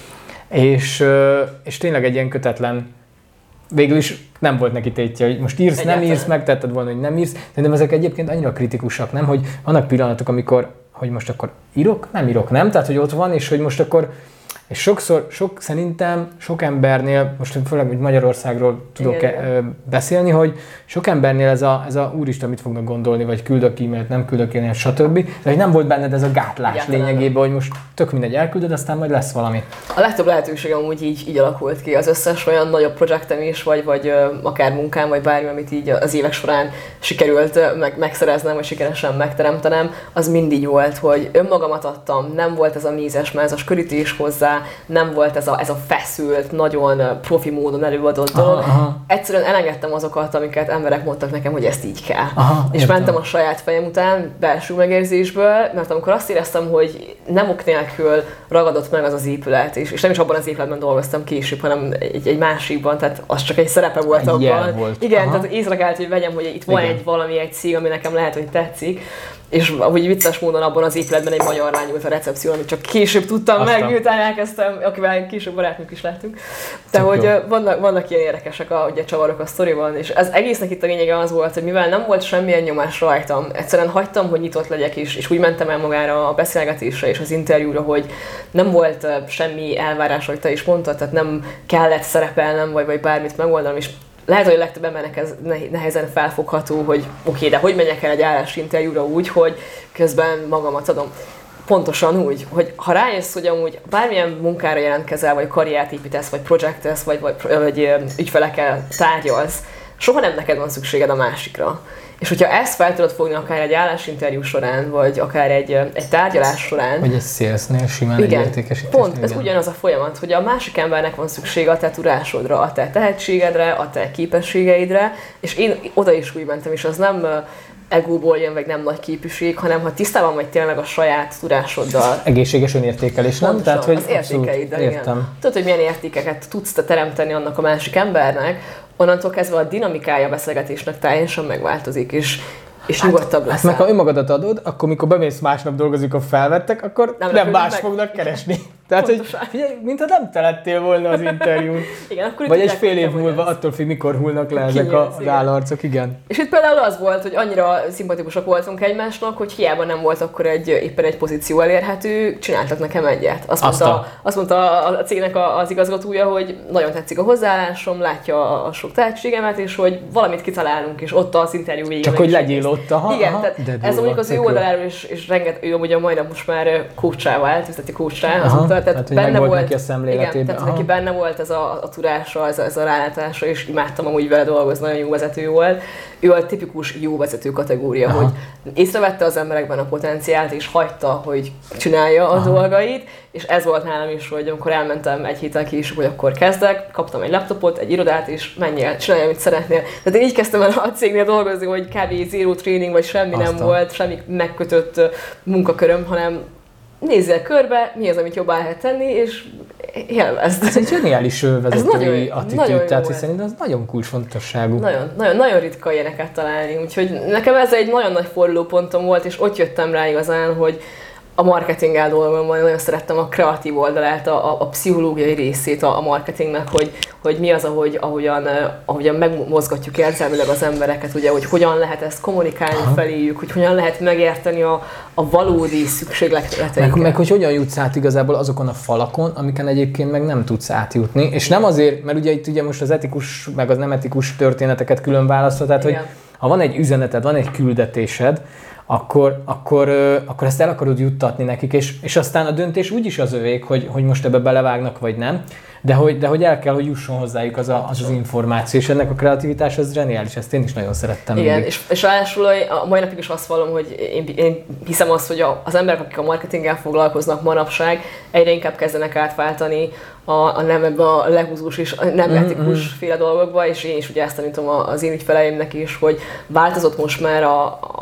és, és tényleg egy ilyen kötetlen, végül is nem volt neki tétje, hogy most írsz, egyáltalán. Nem írsz, megtetted volna, hogy nem írsz. Szerintem ezek egyébként annyira kritikusak, nem? Hogy vannak pillanatok, amikor, hogy most akkor írok, nem írok, nem? Tehát, hogy ott van, és hogy most akkor, és sokszor, sok, szerintem sok embernél, most főleg, hogy Magyarországról tudok igen, beszélni, hogy sok embernél ez a, ez a úristen, mit fognak gondolni, vagy küldök e-mailt, nem küldök e-mailt, stb. De hogy nem volt benned ez a gátlás egyáltalán lényegében, hogy most tök mindegy, elküldöd, aztán majd lesz valami. A legtöbb lehetőségem úgy így, így alakult ki. Az összes olyan nagyobb projektem is, vagy, vagy akár munkám, vagy bármi, amit így az évek során sikerült meg, megszereznem, vagy sikeresen megteremtenem, az mindig volt, hogy önmagamat adtam, nem volt ez a mézes, mázas körítés hozzá, nem volt ez a, ez a feszült, nagyon profi módon előadott dolog. Egyszerűen elengedtem azokat, amiket emberek mondtak nekem, hogy ezt így kell. Aha, és értem. Mentem a saját fejem után, belső megérzésből, mert amikor azt éreztem, hogy nem ok nélkül ragadott meg az az épület, és, és nem is abban az épületben dolgoztam később, hanem egy, egy másikban, tehát az csak egy szerepe volt egy abban. Volt. Igen, aha. Tehát észrekelt, hogy vegyem, hogy itt van igen. egy valami, egy cég, ami nekem lehet, hogy tetszik. És ahogy vicces módon abban az épületben egy magyar lány ült a recepción, amit csak később tudtam aztán meg, miután elkezdtem, akivel később barátnők is lettünk. De hogy vannak, vannak ilyen érdekesek a, ugye, csavarok a sztoriban, és ez egésznek itt a lényege az volt, hogy mivel nem volt semmilyen nyomás rajtam, egyszerűen hagytam, hogy nyitott legyek is, és úgy mentem el magára a beszélgetésre és az interjúra, hogy nem volt semmi elvárás, ahogy te is mondtad, tehát nem kellett szerepelnem, vagy, vagy bármit megoldanom, és lehet, hogy a legtöbb embernek ez nehezen felfogható, hogy oké, okay, de hogy menjek el egy állásinterjúra úgy, hogy közben magamat adom. Pontosan úgy, hogy ha rájössz, hogy amúgy bármilyen munkára jelentkezel, vagy karriert építesz, vagy projektesz, vagy, vagy, vagy ügyfelekkel tárgyalsz, soha nem neked van szükséged a másikra. És hogyha ezt fel tudod fogni akár egy állásinterjú során, vagy akár egy, egy tárgyalás során... Vagy egy salesnél simán igen, egy értékesítésnél. Pont, ez igen. ugyanaz a folyamat, hogy a másik embernek van szüksége a te tudásodra, a te tehetségedre, a te képességeidre, és én oda is úgy mentem, és az nem egóból jön, vagy nem nagy képűség, hanem ha tisztában vagy tényleg a saját tudásoddal. Egészséges önértékelés, nem? Tehát, hogy az értékeiddel, igen. Tudod, hogy milyen értékeket tudsz te teremteni annak a másik embernek, onnantól kezdve a dinamikája a beszélgetésnek teljesen megváltozik, és, és hát, nyugodtabb lesz. Hát meg ha önmagadat adod, akkor mikor bemész másnap dolgozik, a felvettek, akkor nem, nem más meg. fognak keresni. Tehát, hogy figyelj, mintha nem telettél volna az interjún. Igen, akkor vagy egy fél év múlva, attól függ, mikor hullnak le ezek az állarcok, igen. És itt például az volt, hogy annyira szimpatikusak voltunk egymásnak, hogy hiába nem volt akkor egy, éppen egy pozíció elérhető, csináltak nekem egyet. Azt mondta, azt mondta a cégnek az igazgatója, hogy nagyon tetszik a hozzáállásom, látja a sok tehetségemet, és hogy valamit kitalálunk, és ott az interjú végén. Csak hogy legyél ott, aha. Igen, aha, tehát ez mondjuk az ő oldaláról, és, és renget, ő ugye majdnem most már coachá vált, üzleti coachá, tehát, tehát benne volt, neki a szemléletében. Igen, tehát neki benne volt ez a, a tudása, ez a, ez a rálátása, és imádtam amúgy vele dolgozni, nagyon jó vezető volt. Ő a tipikus jó vezető kategória, aha. hogy észrevette az emberekben a potenciált, és hagyta, hogy csinálja a aha. dolgait, és ez volt nálam is, hogy amikor elmentem egy héttel később, hogy akkor kezdek, kaptam egy laptopot, egy irodát, és menjél, csinálj, amit szeretnél. Tehát én így kezdtem el a cégnél dolgozni, hogy kb. Zero training, vagy semmi Aztán. nem volt, semmi megkötött munkaköröm, hanem nézzél körbe, mi az, amit jobbá lehet tenni, és élvezd. Ez egy zseniális vezetői attitűd, tehát hiszen ez nagyon kulcsfontosságú. Nagyon, nagyon, nagyon ritka ilyeneket találni, úgyhogy nekem ez egy nagyon nagy fordulópontom volt, és ott jöttem rá igazán, hogy a marketinggel dolgomban nagyon szerettem a kreatív oldalát, a, a pszichológiai részét a, a marketingnek, hogy, hogy mi az, ahogy, ahogyan, ahogyan megmozgatjuk érzelmileg az embereket, ugye, hogy hogyan lehet ezt kommunikálni Aha. feléjük, hogy hogyan lehet megérteni a, a valódi szükségleteinket. Meg, meg hogy hogyan jutsz át igazából azokon a falakon, amiken egyébként meg nem tudsz átjutni. És nem azért, mert ugye itt ugye most az etikus, meg az nem etikus történeteket külön választva, tehát Igen. hogy ha van egy üzeneted, van egy küldetésed, akkor, akkor, akkor ezt el akarod juttatni nekik, és, és aztán a döntés úgyis az övék, hogy, hogy most ebbe belevágnak, vagy nem, de hogy, de hogy el kell, hogy jusson hozzájuk az, a, az az információ, és ennek a kreativitás az zseniális, ezt én is nagyon szerettem. Igen, mindig. és, és ráadásul a mai napig is azt vallom, hogy én, én hiszem azt, hogy az emberek, akik a marketinggel foglalkoznak manapság, egyre inkább kezdenek átváltani a, a nem ebbe a lehúzós és nem etikus mm-hmm. féle dolgokba, és én is ugye ezt tanítom az én ügyfeleimnek is, hogy változott most már a,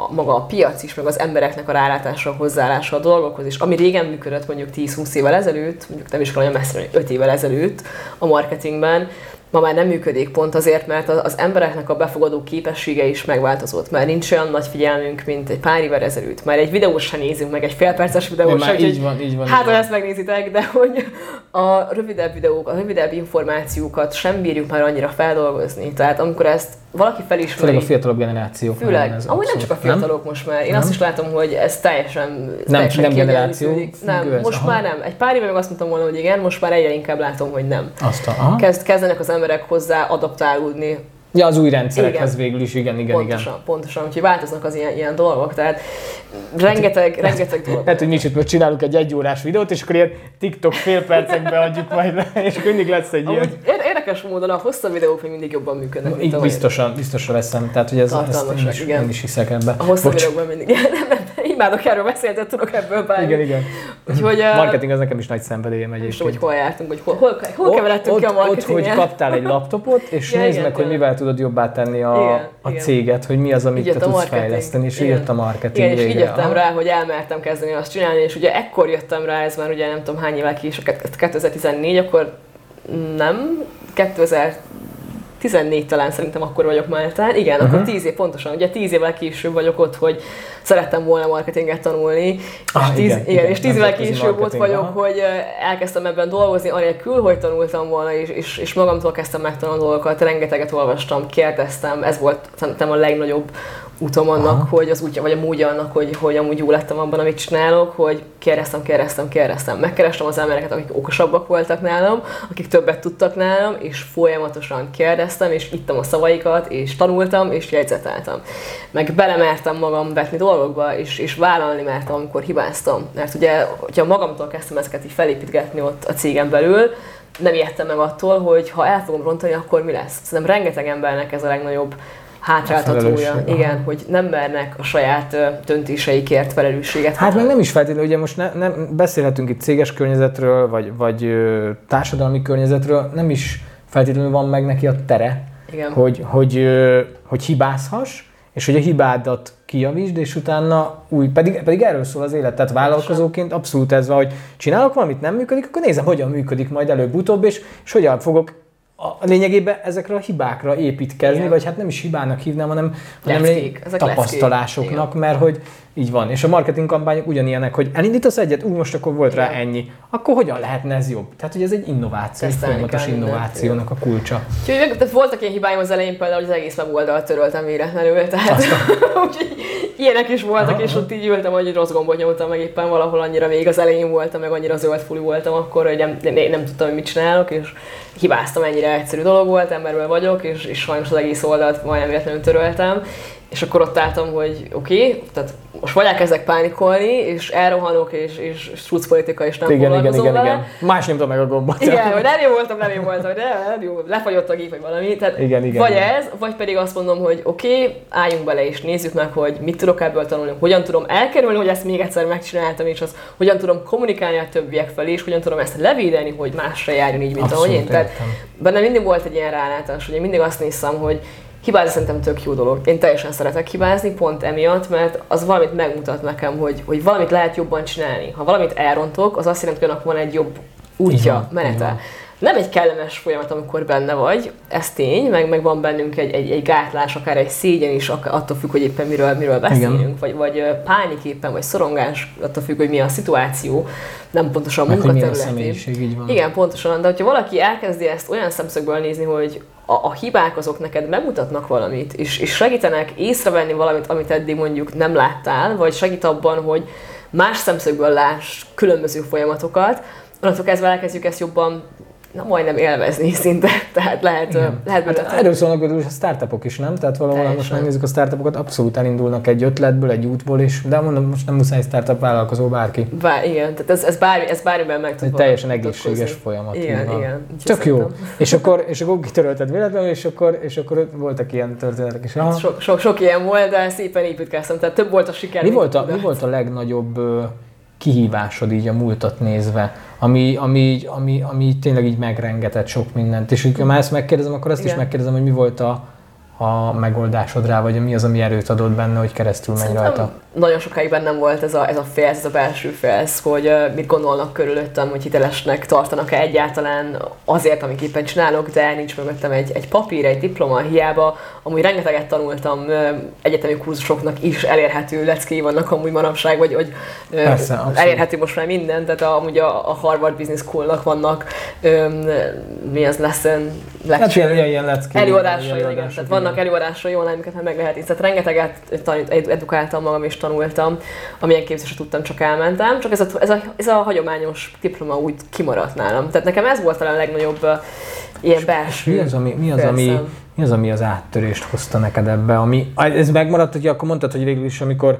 a, maga a piac is, meg az embereknek a rálátása, a hozzáállása a dolgokhoz is, ami régen működött mondjuk tíz-húsz évvel ezelőtt, mondjuk nem is kell olyan messzire, öt évvel ezelőtt a marketingben, ma már nem működik pont azért, mert az embereknek a befogadó képessége is megváltozott. Már nincs olyan nagy figyelmünk, mint egy pár évvel ezelőtt. Már egy videót sem nézünk meg, egy félperces videót sem. Így van, így van. Hát, ha ezt megnézitek, de hogy a rövidebb videók, a rövidebb információkat sem bírjuk már annyira feldolgozni. Tehát amikor ezt valaki felismeri... Főleg a fiatalabb generáció. Főleg. Amúgy nem csak a fiatalok nem? Most már. Én nem? azt is látom, hogy ez teljesen, nem, teljesen nem generáció. Nem, Gőz, most aha. már nem. Egy pár éve meg azt mondtam volna, hogy igen, most már egyre inkább látom, hogy nem. Azt a, Kezd, kezdenek az emberek hozzá adaptálódni. Ja, az új rendszerekhez végül is, igen, igen, pontosan, igen. Pontosan, úgyhogy változnak az ilyen, ilyen dolgok, tehát rengeteg, rengeteg dolog. Lehet, hogy mi is itt csinálunk egy egyórás videót, és akkor ilyen TikTok fél percekbe adjuk majd le, és akkor mindig lesz egy ilyen. Érdekes módon a hosszabb videók még mindig jobban működnek, mint a biztosan, biztosan veszem, tehát hogy ez, ezt én is, igen. én is hiszek ebbe. A hosszabb videókban mindig, nem, nem, imádok erről beszélni, tehát tudok ebből bármi. Igen, igen. Úgyhogy, marketing az nekem is nagy szenvedélyem egyébként. Most, hogy hol jártunk, hogy hol, hol, hol keveredtünk ki a marketingnél. Ott, hogy kaptál egy laptopot, és ja, nézd igen, meg, hogy mivel tudod jobbá tenni a, igen, a igen. céget, hogy mi az, amit te tudsz fejleszteni, és így jött a marketing. Igen, és így jöttem rá, hogy elmertem kezdeni azt csinálni, és ugye ekkor jöttem rá, ez már ugye nem tudom hány évvel később, kétezer-tizennégy, akkor nem, kétezer-tizennégy talán szerintem akkor vagyok már talán. Igen, uh-huh. akkor tíz év pontosan, ugye tíz évvel később vagyok ott, hogy szerettem volna marketinget tanulni, ah, és tíz, igen, igen, igen, és tíz évvel később ott vagyok, aha. hogy elkezdtem ebben dolgozni, anélkül, hogy tanultam volna, és, és, és magamtól kezdtem megtanulni dolgokat, rengeteget olvastam, kérdeztem, ez volt szerintem a legnagyobb útom annak, aha. hogy az útja, vagy a módja annak, hogy, hogy amúgy jó lettem abban, amit csinálok, hogy kérdeztem, kérdeztem, kérdeztem. Megkerestem az embereket, akik okosabbak voltak nálam, akik többet tudtak nálam, és folyamatosan kérdeztem, és ittam a szavaikat, és tanultam, és jegyzeteltem. Meg belemertem magam vetni dolgokba, és, és vállalni mertem, amikor hibáztam. Mert ugye, hogyha magamtól kezdtem ezeket így felépítgetni ott a cégen belül, nem ijedtem meg attól, hogy ha el fogom rontani, akkor mi lesz. Szerintem rengeteg embernek ez a legnagyobb hátráltatója, igen, hogy nem mernek a saját döntéseikért felelősséget. Hát meg nem is feltétlenül, ugye most ne, nem beszélhetünk itt céges környezetről, vagy, vagy ö, társadalmi környezetről, nem is feltétlenül van meg neki a tere, igen. hogy, hogy, ö, hogy hibázhass, és hogy a hibádat kijavítsd, és utána új, pedig, pedig erről szól az élet, tehát vállalkozóként abszolút ez van, hogy csinálok valamit, nem működik, akkor nézem, hogyan működik majd előbb-utóbb, és, és hogyan fogok a lényegében ezekre a hibákra építkezni, igen. vagy hát nem is hibának hívnám, hanem, hanem tapasztalásoknak, mert hogy így van. És a marketing kampányok ugyanilyenek, hogy elindítasz egyet, úgy most akkor volt igen. rá ennyi. Akkor hogyan lehetne ez jobb? Tehát, hogy ez egy innováció, egy folyamatos innovációnak a kulcsa. Úgyhogy voltak ilyen hibáim az elején, például, hogy az egész weboldalt töröltem véletlenül, tehát úgyhogy ilyenek is voltak, aha, és ott így ültem, hogy rossz gombot nyomtam, meg éppen valahol annyira még az elején voltam, meg annyira zöld fulú voltam akkor, hogy nem, nem, nem tudtam, hogy mit csinálok, és hibáztam, ennyire egyszerű dolog volt, emberből vagyok, és, és sajnos az egész oldalt majdnem véletlenül töröltem. És akkor ott álltam, hogy oké, okay, tehát most vagy elkezdek pánikolni, és elrohanok, és, és struc politika, és nem igen, foglalkozom igen, vele. Igen, igen. Más nyomta meg a gombot. Igen, hogy nem jó voltam, nem jó voltam, de nem jó, lefagyott a gép, vagy valami. Tehát igen, igen, vagy igen. ez, vagy pedig azt mondom, hogy oké, okay, álljunk bele, és nézzük meg, hogy mit tudok ebből tanulni, hogyan tudom elkerülni, hogy ezt még egyszer megcsináltam, és az, hogyan tudom kommunikálni a többiek felé, és hogyan tudom ezt levédeni, hogy másra járjon így, mint ahogy én. Tehát bennem mindig volt egy ilyen rálátás, hogy én mindig azt nézem, hogy hibázni szerintem tök jó dolog. Én teljesen szeretek hibázni, pont emiatt, mert az valamit megmutat nekem, hogy, hogy valamit lehet jobban csinálni. Ha valamit elrontok, az azt jelenti, hogy annak van egy jobb útja, menete. Nem egy kellemes folyamat, amikor benne vagy, ez tény, meg, meg van bennünk egy, egy, egy gátlás, akár egy szégyen is, attól függ, hogy éppen miről, miről beszélünk, vagy, vagy pánik éppen, vagy szorongás, attól függ, hogy mi a szituáció, nem pontosan a munkaterületén. Igen, pontosan, de hogyha valaki elkezdi ezt olyan szemszögből nézni, hogy a, a hibák azok neked megmutatnak valamit, és, és segítenek észrevenni valamit, amit eddig mondjuk nem láttál, vagy segít abban, hogy más szemszögből láss különböző folyamatokat, onnantól kezdve elkezdjük ezt jobban na, majdnem élvezni szinte, tehát lehet, lehet hát erről szólnak a startupok is, nem? Tehát valahol most megnézzük a startupokat, abszolút elindulnak egy ötletből, egy útból is, de mondom, most nem muszáj startup vállalkozó bárki. Bár, igen, tehát ez, ez, bármi, ez bármiben meg tud. Teljesen egészséges folyamat. Igen, van. Igen. Tök jó. És akkor, és akkor kitörölted véletlenül, és akkor, és akkor voltak ilyen történetek is. Hát sok, sok, sok ilyen volt, de szépen építkeztem, tehát több volt a siker. Mi volt a, mi volt a legnagyobb kihívásod így a múltat nézve, ami, ami, ami, ami tényleg így megrengetett sok mindent. És ha már ezt megkérdezem, akkor azt igen. is megkérdezem, hogy mi volt a, a megoldásod rá, vagy mi az, ami erőt adott benne, hogy keresztül menj rajta? Nagyon sokáig bennem volt ez a, ez a félsz, ez a belső félsz, hogy uh, mit gondolnak körülöttem, hogy hitelesnek tartanak-e egyáltalán azért, amit éppen csinálok, de nincs mögöttem egy, egy papír, egy diploma, hiába. Amúgy rengeteget tanultam, uh, egyetemi kurzusoknak is elérhető leckéi vannak amúgy manapság, vagy hogy uh, Persze, elérhető most már minden, tehát amúgy a, a Harvard Business School-nak vannak um, mi az lesson, lecture, hát ilyen, ilyen leckéi, előadásai, igen, igen. Tehát vannak előadásai online, amiket meg lehet így. Tehát rengeteget tanít, edukáltam magam és tanultam, amilyen képzésre tudtam, csak elmentem. Csak ez a, ez, a, ez a hagyományos diploma úgy kimaradt nálam. Tehát nekem ez volt talán a legnagyobb uh, ilyen belső. Mi az, ami, mi, az, ami, mi az, ami az áttörést hozta neked ebbe? Ami, ez megmaradt, hogy akkor mondtad, hogy végül is, amikor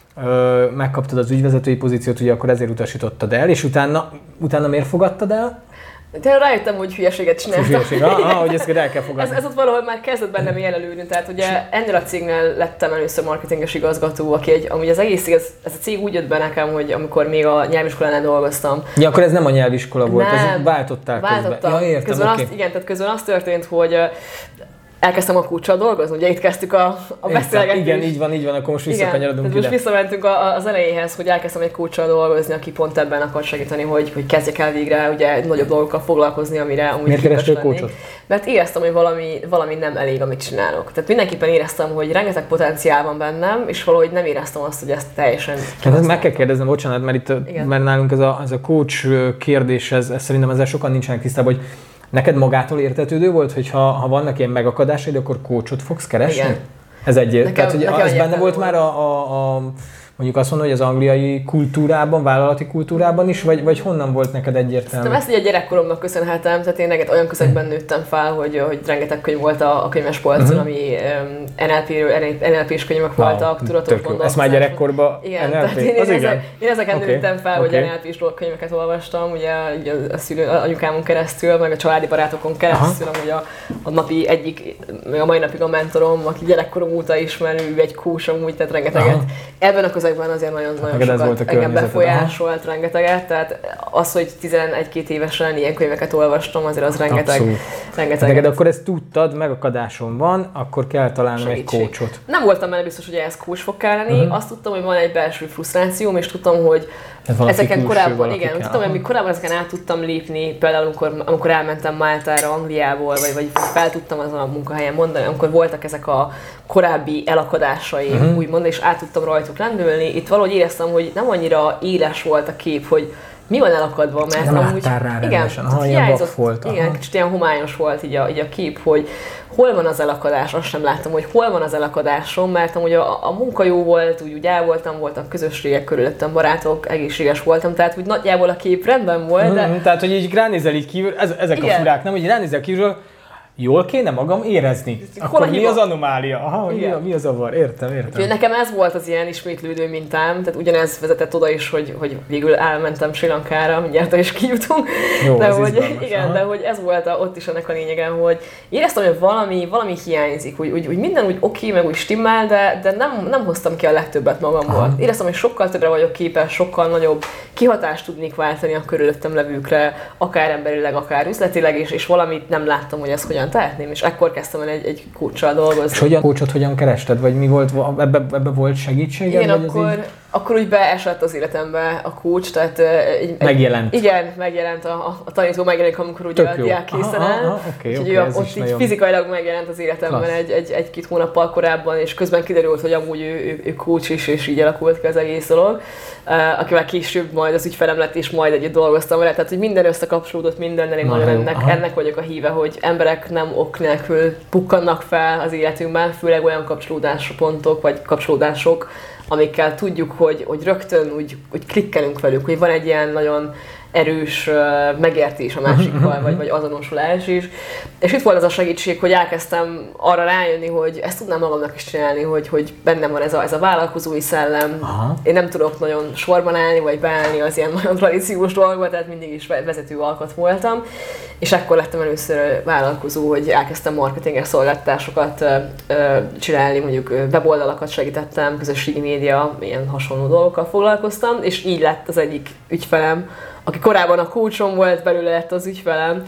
ö, megkaptad az ügyvezetői pozíciót, ugye akkor ezért utasítottad el, és utána, utána miért fogadtad el? De rájöttem, hogy hülyeséget csináltam. Hülyeség, ah, ah, hogy ezt el kell fogadni. ez, ez ott valahol már kezdett bennem jelenlőni, tehát ugye ennél a cégnél lettem először marketinges igazgató, aki egy, amúgy az egész ez, ez a cég úgy jött be nekem, hogy amikor még a nyelviskolánál dolgoztam. Ja, akkor ez nem a nyelviskola volt, nem, ez váltottál váltottam. közben. Ja, értem, közben okay. azt, igen, tehát közben az történt, hogy elkezdtem a Coachsal dolgozni, ugye itt kezdtük a, a beszélgetést. Igen, így van, így van, akkor most visszakanyarodunk ide. Most visszamentünk a, az elejéhez, hogy elkezdtem egy Coachsal dolgozni, aki pont ebben akar segíteni, hogy, hogy kezdjek el végre ugye nagyobb dolgokkal foglalkozni, amire amúgy miért kerestél coachot? Mert éreztem, hogy valami, valami nem elég, amit csinálok. Tehát mindenképpen éreztem, hogy rengeteg potenciál van bennem, és valahogy nem éreztem azt, hogy ezt teljesen hát meg kell kérdeznem, bocsánat, mert itt mert nálunk ez a, ez a coach kérdés, ez, ez szerintem ezzel sokan nincsenek tisztában, hogy neked magától értetődő volt, hogy ha, ha vannak ilyen megakadásaid, akkor coachot fogsz keresni? Igen. Ez egy, nekem, tehát hogy ez benne volt már a, a, a, mondjuk azt mondom, hogy az angliai kultúrában, vállalati kultúrában is, vagy, vagy honnan volt neked egyértelmű? Szerintem ezt ugye gyerekkoromnak köszönhetem, tehát én neked olyan közegben nőttem fel, hogy, hogy rengeteg könyv volt a, a könyvespolcon, uh-huh. ami um, en el pé-ről, en el pés könyvek wow, voltak, tudatos gondolkozás. Ezt már gyerekkorban igen, en el pé? Én, az én, igen. Ezek, én ezeken okay. nőttem fel, okay. hogy en el pés könyveket olvastam, ugye a szülő, anyukámon keresztül, meg a családi barátokon keresztül, amúgy a, a napi egyik, meg a mai napig a mentorom, aki gyerekkorom óta ismer, ő egy coach amúgy, tehát rengeteget. Aha. Ebben a közegben azért nagyon nagyon sokat engem befolyásolt, aha. rengeteget, tehát az, hogy tizenegy-két évesen ilyen könyveket olvastam, azért az rengeteg. rengeteg. De akkor ezt tudtad, megakadásom van, akkor kell találnom egy coachot. Nem voltam benne biztos, hogy ehhez coach fog kelleni, uh-huh. azt tudtam, hogy van egy belső frusztrációm, és tudtam, hogy ezeken korábban, igen, kell, tudtam, hogy korábban ezeken át tudtam lépni, például amikor, amikor elmentem Máltára, Angliából, vagy, vagy fel tudtam azon a munkahelyen mondani, amikor voltak ezek a korábbi elakadásai, uh-huh. úgymond, és át tudtam rajtuk lendülni. Itt valahogy éreztem, hogy nem annyira éles volt a kép, hogy mi van elakadva, mert nem amúgy, rá igen, aha, hiányzott, volt, igen, kicsit ilyen homályos volt így a, így a kép, hogy hol van az elakadás, azt sem láttam, hogy hol van az elakadásom, mert amúgy a, a munka jó volt, úgy, úgy el voltam, voltak közösségek körülöttem, barátok, egészséges voltam, tehát úgy nagyjából a kép rendben volt. De... Mm, tehát, hogy így ránézel így kívül, ez, ezek igen. a furák, nem, hogy ránézel kívül, jól kéne magam érezni. Akkor mi az anomália? Aha, mi a, mi a zavar? Értem, értem. Úgyhogy nekem ez volt az ilyen ismétlődő mintám, tehát ugyanez vezetett oda is, hogy, hogy végül elmentem Sri Lankára, mindjárt is kijutunk. Jó, de hogy, igen, de hogy ez volt a, ott is ennek a lényege, hogy éreztem, hogy valami, valami hiányzik, úgy, úgy, úgy minden úgy oké, meg úgy stimmel, de, de nem, nem hoztam ki a legtöbbet magamból. Aha. Éreztem, hogy sokkal többre vagyok képes, sokkal nagyobb kihatást tudnék váltani a körülöttem levőkre, akár emberileg, akár üzletileg, és, és valamit nem láttam, hogy ez hogyan tehetném, és ekkor kezdtem el egy, egy coachsal dolgozni. És hogyan coachot hogyan kerested, vagy mi volt, ebbe, ebbe volt segítséged? Igen, akkor, így... akkor úgy beesett az életembe a coach, tehát... Egy, megjelent. Egy, igen, megjelent, a, a tanító megjelenik, amikor ugye a diák készen áll. Okay, okay, ott így nagyon... fizikailag megjelent az életemben egy, egy, egy-két hónappal korábban, és közben kiderült, hogy amúgy ő, ő, ő coach is, és így alakult ki az egész dolog. Uh, akivel később majd az ügyfelem lett, és majd együtt dolgoztam vele, tehát hogy minden összekapcsolódott mindennel, én nagyon ennek, ennek vagyok a híve, hogy emberek nem ok nélkül pukkannak fel az életünkben, főleg olyan kapcsolódáspontok, vagy kapcsolódások, amikkel tudjuk, hogy, hogy rögtön úgy, úgy klikkelünk velük, hogy van egy ilyen nagyon erős uh, megértés a másikkal, vagy, vagy azonosulás is. És itt volt az a segítség, hogy elkezdtem arra rájönni, hogy ezt tudnám magamnak is csinálni, hogy, hogy bennem van ez a, ez a vállalkozói szellem. Aha. Én nem tudok nagyon sorban állni, vagy beállni az ilyen nagyon tradíciós dolgokba, tehát mindig is vezető alkat voltam. És ekkor lettem először vállalkozó, hogy elkezdtem marketinges szolgáltatásokat uh, uh, csinálni, mondjuk weboldalakat segítettem, közösségi média, ilyen hasonló dolgokkal foglalkoztam, és így lett az egyik ügyfelem, aki korábban a coachom volt, belőle lett az ügyfelem,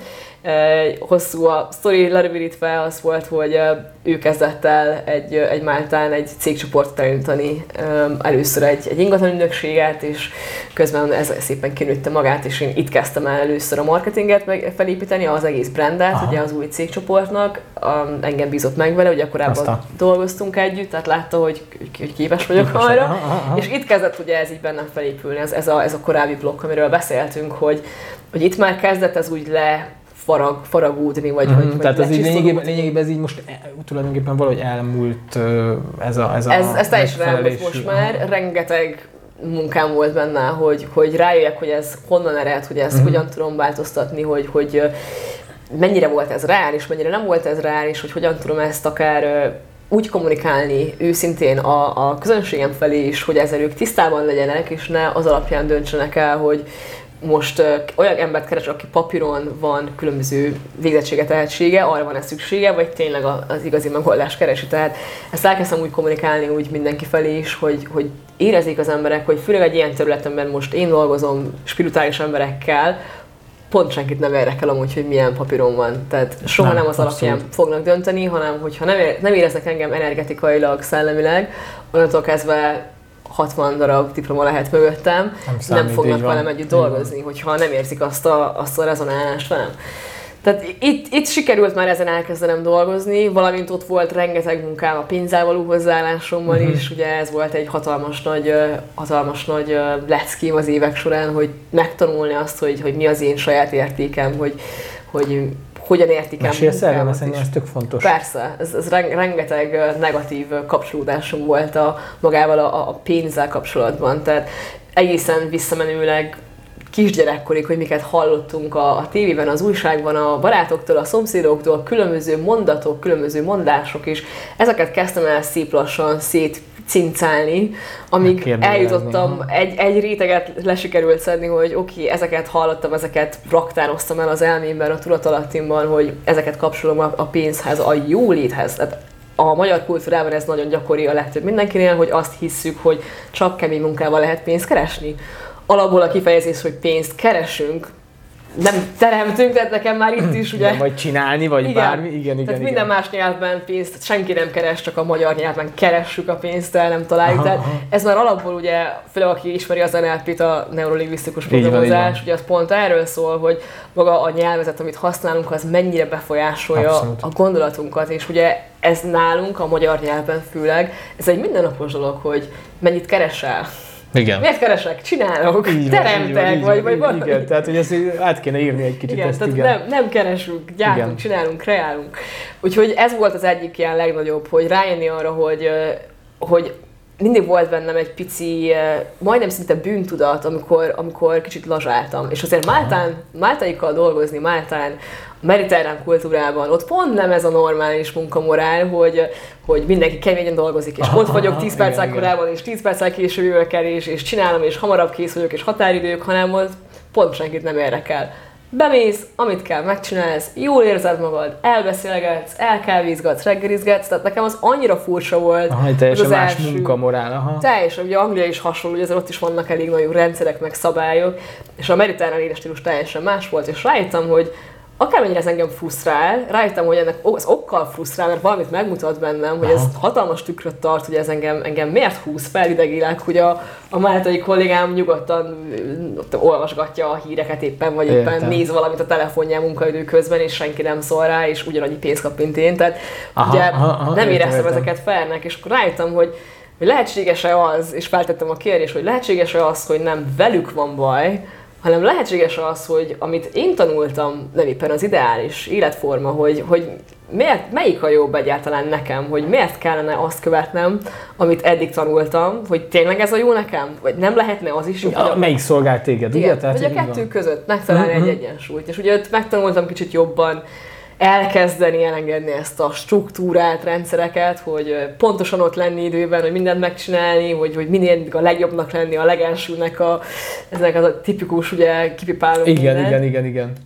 Hosszú a sztori, lerövidítve az volt, hogy ő kezdett el egy, egy Máltán egy cégcsoportot elindítani, először egy, egy ingatlan ügynökséget, és közben ez szépen kinőtte magát, és én itt kezdtem el először a marketinget meg felépíteni, az egész brandet, aha, ugye az új cégcsoportnak, engem bízott meg vele, ugye korábban aztán dolgoztunk együtt, tehát látta, hogy, hogy képes vagyok képes arra, aha, aha. És itt kezdett ugye ez így bennem felépülni, ez, ez, a, ez a korábbi blokk, amiről beszéltünk, hogy, hogy itt már kezdett ez úgy le farag, faragódni, vagy, mm-hmm. vagy tehát az így lényegében, lényegében ez így most tulajdonképpen valahogy elmúlt ez a ez a Ez, ez teljesen elmúlt most már, aha, rengeteg munkám volt benne, hogy, hogy rájöjjek, hogy ez honnan ered, hogy ezt mm-hmm. hogyan tudom változtatni, hogy, hogy mennyire volt ez reális, mennyire nem volt ez reális, hogy hogyan tudom ezt akár úgy kommunikálni őszintén a, a közönségem felé is, hogy ezzel ők tisztában legyenek, és ne az alapján döntsenek el, hogy most uh, olyan embert keres, aki papíron van különböző végzettsége, tehetsége, arra van-e szüksége, vagy tényleg az igazi megoldást keresi. Tehát ezt elkezdtem úgy kommunikálni úgy mindenki felé is, hogy, hogy érezzék az emberek, hogy főleg egy ilyen területemben most én dolgozom spirituális emberekkel, pont senkit nem érdekel amúgy, hogy milyen papíron van. Tehát soha nem, nem az alapján abszolút fognak dönteni, hanem hogyha nem, ér, nem éreznek engem energetikailag, szellemileg, onnantól kezdve hatvan darab diploma lehet mögöttem, nem, számít, nem fognak velem együtt dolgozni, hogyha nem érzik azt a, azt a rezonálást velem. Tehát itt, itt sikerült már ezen elkezdenem dolgozni, valamint ott volt rengeteg munkám a pénzzel való hozzáállásommal uh-huh. is, ugye ez volt egy hatalmas nagy, hatalmas nagy leckém az évek során, hogy megtanulni azt, hogy, hogy mi az én saját értékem, hogy, hogy hogyan értik el munkámat. Mesélsz erről, szerintem ez tök fontos. Persze, ez, ez rengeteg negatív kapcsolódásom volt a, magával a, a pénzzel kapcsolatban, tehát egészen visszamenőleg kisgyerekkorig, hogy miket hallottunk a, a tévében, az újságban, a barátoktól, a szomszédoktól, különböző mondatok, különböző mondások is. Ezeket kezdtem el szép lassan szétcincálni, amíg eljutottam, egy, egy réteget lesikerült szedni, hogy oké, okay, ezeket hallottam, ezeket raktároztam el az elmémben, a tudatalattimban, hogy ezeket kapcsolom a, a pénzhez, a jóléthez. Tehát a magyar kultúrában ez nagyon gyakori a legtöbb mindenkinél, hogy azt hisszük, hogy csak kemény munkával lehet pénzt keresni. Alapból a kifejezés, hogy pénzt keresünk, nem teremtünk, tehát nekem már itt is ugye... Vagy csinálni, vagy igen, bármi, igen, igen. Tehát igen. minden más nyelvben pénzt, senki nem keres, csak a magyar nyelvben keressük a pénzt, el nem találjuk. Aha, tehát aha. Ez már alapból ugye, főleg aki ismeri az en el pét, a neurolingvisztikus programozás, ugye az pont erről szól, hogy maga a nyelvezet, amit használunk, az mennyire befolyásolja abszolút a gondolatunkat, és ugye ez nálunk, a magyar nyelvben főleg, ez egy mindennapos dolog, hogy mennyit keresel. Igen. Miért keresek? Csinálok, így teremtek, vagy, vagy valami. Igen, tehát hogy ezt át kéne írni egy kicsit. Igen, ezt, tehát igen. Nem, nem keresünk, gyártunk, igen. Csinálunk, kreálunk. Úgyhogy ez volt az egyik ilyen legnagyobb, hogy rájönni arra, hogy, hogy mindig volt bennem egy pici, majdnem szinte bűntudat, amikor, amikor kicsit lazsáltam. És azért Máltán, máltaikkal dolgozni, Máltán, a mediterrán kultúrában, ott pont nem ez a normális munkamorál, hogy, hogy mindenki keményen dolgozik, és aha, ott vagyok tíz perccel korábban, és tíz perccel később jövök el, és, és csinálom, és hamarabb kész vagyok, és határidők, hanem ott pont senkit nem érdekel. Bemész, amit kell, megcsinálsz, jól érzed magad, elbeszélgetsz, elkávézgatsz, reggelizgetsz, tehát nekem az annyira furcsa volt. Aha, teljesen az más első munkamorál, aha. Teljesen, ugye Anglia is hasonló, ugye ott is vannak elég nagyon rendszerek, meg szabályok, és a mediterrán életstílus teljesen más volt, és rájöttem, hogy akármennyire ez engem frusztrál, rájöttem, hogy ennek az okkal frusztrál, mert valamit megmutat bennem, hogy ez hatalmas tükröt tart, hogy ez engem, engem miért húz fel idegileg, hogy a, a máltai kollégám nyugodtan ott olvasgatja a híreket éppen, vagy éppen értem. Néz valamit a telefonján munkaidő közben, és senki nem szól rá, és ugyanannyi pénzt kap, mint én. Tehát aha, ugye aha, aha, nem éreztem értem. Ezeket felnek, és akkor rájöttem, hogy, hogy lehetséges-e az, és feltettem a kérdést, hogy lehetséges-e az, hogy nem velük van baj, hanem lehetséges az, hogy amit én tanultam, nem éppen az ideális életforma, hogy, hogy miért, melyik a jobb egyáltalán nekem, hogy miért kellene azt követnem, amit eddig tanultam, hogy tényleg ez a jó nekem, vagy nem lehetne az is. Ja, hogy melyik szolgál téged, ugye? Igen, hogy a kettő van között megtalálni uh-huh. egy egyensúlyt, és ugye ott megtanultam kicsit jobban elkezdeni elengedni ezt a struktúrált rendszereket, hogy pontosan ott lenni időben, hogy mindent megcsinálni, hogy, hogy minél a legjobbnak lenni, a legelsőnek a, ezek az a tipikus, ugye, kipipáló igen, minden. igen, igen, igen.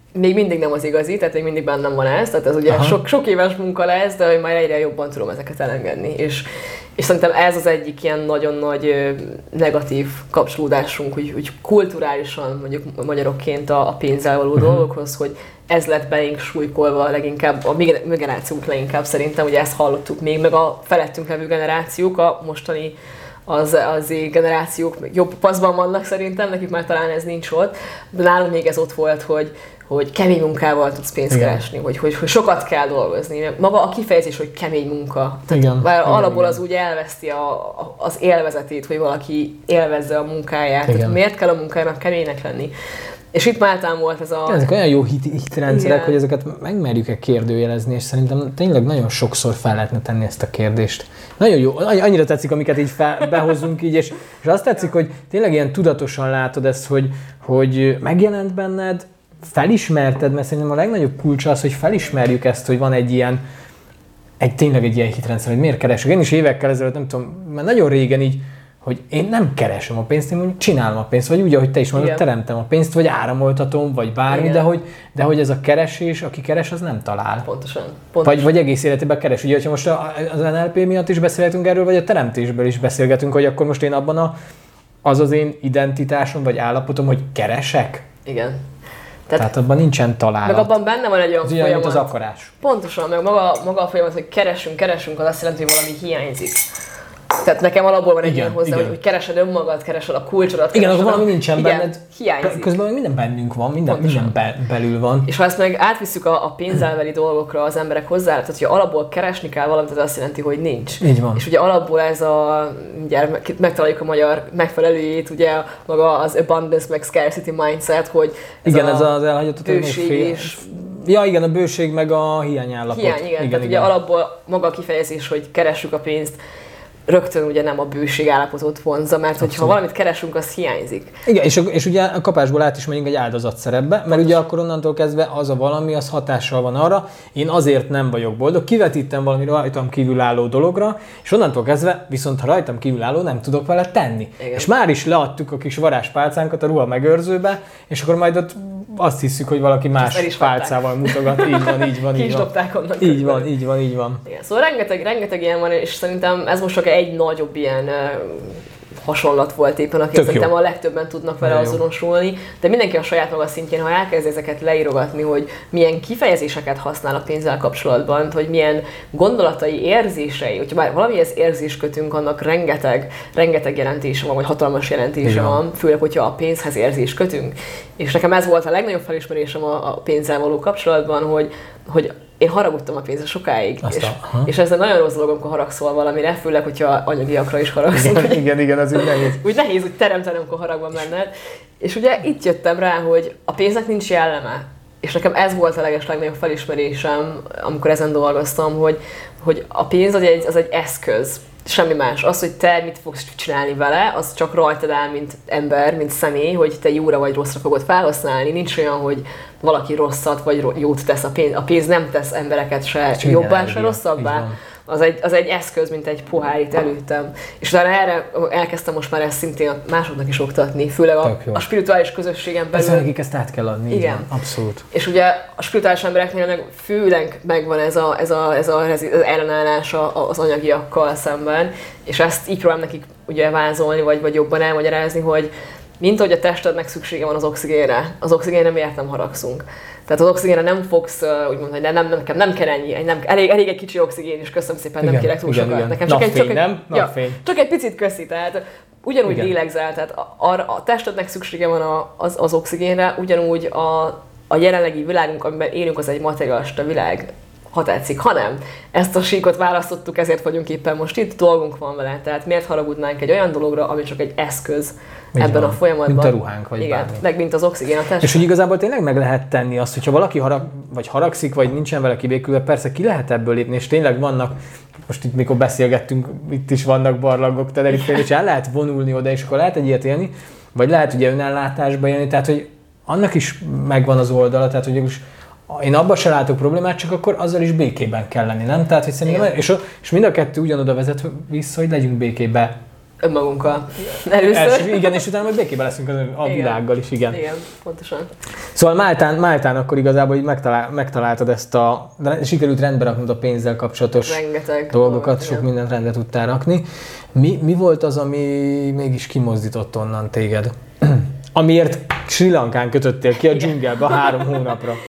még mindig nem az igazi, tehát még mindig bennem van ez, tehát ez ugye sok, sok éves munka lesz, de hogy már egyre jobban tudom ezeket elengedni, és, és szerintem ez az egyik ilyen nagyon nagy negatív kapcsolódásunk, úgy, úgy kulturálisan mondjuk magyarokként a, a pénzzel való uh-huh. dolgokhoz, hogy ez lett belénk súlykolva leginkább, a mi generációnk leginkább szerintem, ugye ezt hallottuk még, meg a felettünk levő generációk, a mostani az, az generációk jobb paszban vannak szerintem, nekik már talán ez nincs ott, de nálunk még ez ott volt, hogy, hogy kemény munkával tudsz pénzt igen. keresni, hogy, hogy, hogy sokat kell dolgozni. Maga a kifejezés, hogy kemény munka, tehát igen, alapból az úgy elveszti a, a, az élvezetét, hogy valaki élvezze a munkáját, tehát miért kell a munkának keménynek lenni. És itt Máltán volt ez a... Ezek olyan jó hit, hitrendszerek, igen. hogy ezeket megmerjük-e kérdőjelezni, és szerintem tényleg nagyon sokszor fel lehetne tenni ezt a kérdést. Nagyon jó, annyira tetszik, amiket így fel, behozunk így, és, és azt tetszik, hogy tényleg ilyen tudatosan látod ezt, hogy, hogy megjelent benned, felismerted, mert szerintem a legnagyobb kulcsa az, hogy felismerjük ezt, hogy van egy ilyen, egy tényleg egy ilyen hitrendszer, hogy miért keresek. Én is évekkel ezelőtt, nem tudom, már nagyon régen így, hogy én nem keresem a pénzt, én mondjuk csinálom a pénzt, vagy úgy, ahogy te is mondod, teremtem a pénzt, vagy áramoltatom, vagy bármi, de hogy, de hogy ez a keresés, aki keres, az nem talál. Pontosan. Pontosan. Vagy, vagy egész életében keres. Ugye, hogyha most az en el pé miatt is beszélgetünk erről, vagy a teremtésből is beszélgetünk, hogy akkor most én abban a, az az én identitásom, vagy állapotom, hogy keresek. Igen. Tehát, Tehát abban nincsen találat. Meg abban benne van egy olyan az folyamat. Olyan, mint az akarás. Pontosan, meg maga, maga a folyamat, hogy keresünk, keresünk, az azt jelenti, hogy valami hiányzik. Tehát nekem alapból van egy ilyen hozzá, hogy, hogy keresed önmagad, keresed a kulcsodat. Igen, akkor valami nincsen igen, benned. Hiányzik. Közben minden bennünk van, minden, minden be, belül van. És ha ezt meg átvisszük a, a pénzelveli dolgokra az emberek hozzá, tehát hogy alapból keresni kell valamit, az azt jelenti, hogy nincs. Így van. És ugye alapból ez a, ugye megtaláljuk a magyar megfelelőjét, ugye maga az abundance meg scarcity mindset, hogy ez igen, ez az elhagyott bőség és... Ja, igen, a bőség meg a hiányállapot. Hiány, igen. igen tehát igen. Ugye alapból maga a kifejezés, hogy keressük a pénzt, rögtön ugye nem a bőség állapotot vonza, mert abszolút. Hogyha valamit keresünk, az hiányzik. Igen, és, és ugye a kapásból át is megyünk egy áldozat szerepbe, mert pontosan. Ugye akkor onnantól kezdve az a valami, az hatással van arra, én azért nem vagyok boldog, kivetítem valami rajtam kívülálló dologra, és onnantól kezdve viszont ha rajtam kívülálló, nem tudok vele tenni. Igen. És már is leadtuk a kis varázspálcánkat a ruha megőrzőbe, és akkor majd ott azt hiszük, hogy valaki más pálcával mutogat. Így van, így van, így van. onnan. Így van, így van, így van. Igen, szóval rengeteg, rengeteg ilyen van, és szerintem ez most csak egy nagyobb ilyen uh, hasonlat volt éppen, akik szerintem a legtöbben tudnak vele azonosulni, de mindenki a saját maga szintjén, ha elkezd ezeket leírogatni, hogy milyen kifejezéseket használ a pénzzel kapcsolatban, hogy milyen gondolatai, érzései, hogyha már valamihez érzés kötünk, annak rengeteg, rengeteg jelentése van, vagy hatalmas jelentése igen. van, főleg, hogyha a pénzhez érzés kötünk. És nekem ez volt a legnagyobb felismerésem a, a pénzzel való kapcsolatban, hogy, hogy én haragudtam a pénzre sokáig, és, a, és ez egy nagyon rossz dolog, amikor haragszol valamire, főleg, hogyha anyagiakra is haragszol. Igen, igen, igen, az úgy nehéz. Úgy nehéz úgy teremteni, amikor haragban menned. És ugye itt jöttem rá, hogy a pénznek nincs jelleme. És nekem ez volt a leges legnagyobb felismerésem, amikor ezen dolgoztam, hogy, hogy a pénz az egy, az egy eszköz. Semmi más. Az, hogy te mit fogsz csinálni vele, az csak rajtad áll, mint ember, mint személy, hogy te jóra vagy rosszra fogod felhasználni. Nincs olyan, hogy valaki rosszat vagy jót tesz a pénz. A pénz nem tesz embereket se jobbá, se rosszabbá. Az egy, az egy eszköz, mint egy pohár itt előttem. És utána erre elkezdtem most már ezt szintén másoknak is oktatni, főleg a, a spirituális közösségen belül. Persze, nekik ezt át kell adni. Igen. Van, abszolút. És ugye a spirituális embereknél meg főleg megvan ez, a, ez, a, ez a, az ellenállás az anyagiakkal szemben, és ezt így próbálom nekik ugye vázolni, vagy, vagy jobban elmagyarázni, hogy mint ahogy a testednek szüksége van az oxigénre, az oxigénre miért nem haragszunk. Tehát az oxigénre nem fogsz úgymond, hogy nem, nem, nekem nem kell ennyi, nem, elég, elég egy kicsi oxigén, és köszönöm szépen, igen, nem kérek túl igen, sokat. Igen. Nekem csak napfény, egy, csak nem? Egy, ja, csak egy picit köszi, tehát ugyanúgy igen. lélegzel, tehát a, a, a testednek szüksége van a, az, az oxigénre, ugyanúgy a, a jelenlegi világunk, amiben élünk, az egy materialista világ, ha tetszik, hanem ezt a síkot választottuk, ezért vagyunk éppen most itt, dolgunk van vele, tehát miért haragudnánk egy olyan dologra, ami csak egy eszköz így ebben van. A folyamatban. Mint a ruhánk, vagy igen, bármi. meg mint az oxigén a test. És hogy igazából tényleg meg lehet tenni azt, hogyha valaki harag, vagy haragszik, vagy nincsen vele kibékülve, persze ki lehet ebből lépni, és tényleg vannak, most itt mikor beszélgettünk, itt is vannak barlangok, Tenerifén, és el lehet vonulni oda, és akkor lehet egy ilyet élni, vagy lehet ugye önellátásba élni, tehát hogy annak is megvan az oldala, tehát hogy én abban se látok problémát, csak akkor azzal is békében kell lenni, nem? Tehát, hogy szerintem, és, és mind a kettő ugyanoda vezet vissza, hogy legyünk békébe önmagunkkal először. Első, igen, és utána majd békében leszünk a igen. világgal is, igen. Igen, pontosan. Szóval Máltán, Máltán akkor igazából így megtalál, megtaláltad ezt a, de sikerült rendbe raknod a pénzzel kapcsolatos Rengeteg dolgokat, dolgot, sok igen. mindent rendbe tudtál rakni. Mi, mi volt az, ami mégis kimozdított onnan téged? Amiért Sri Lankán kötöttél ki a dzsungelbe a három hónapra.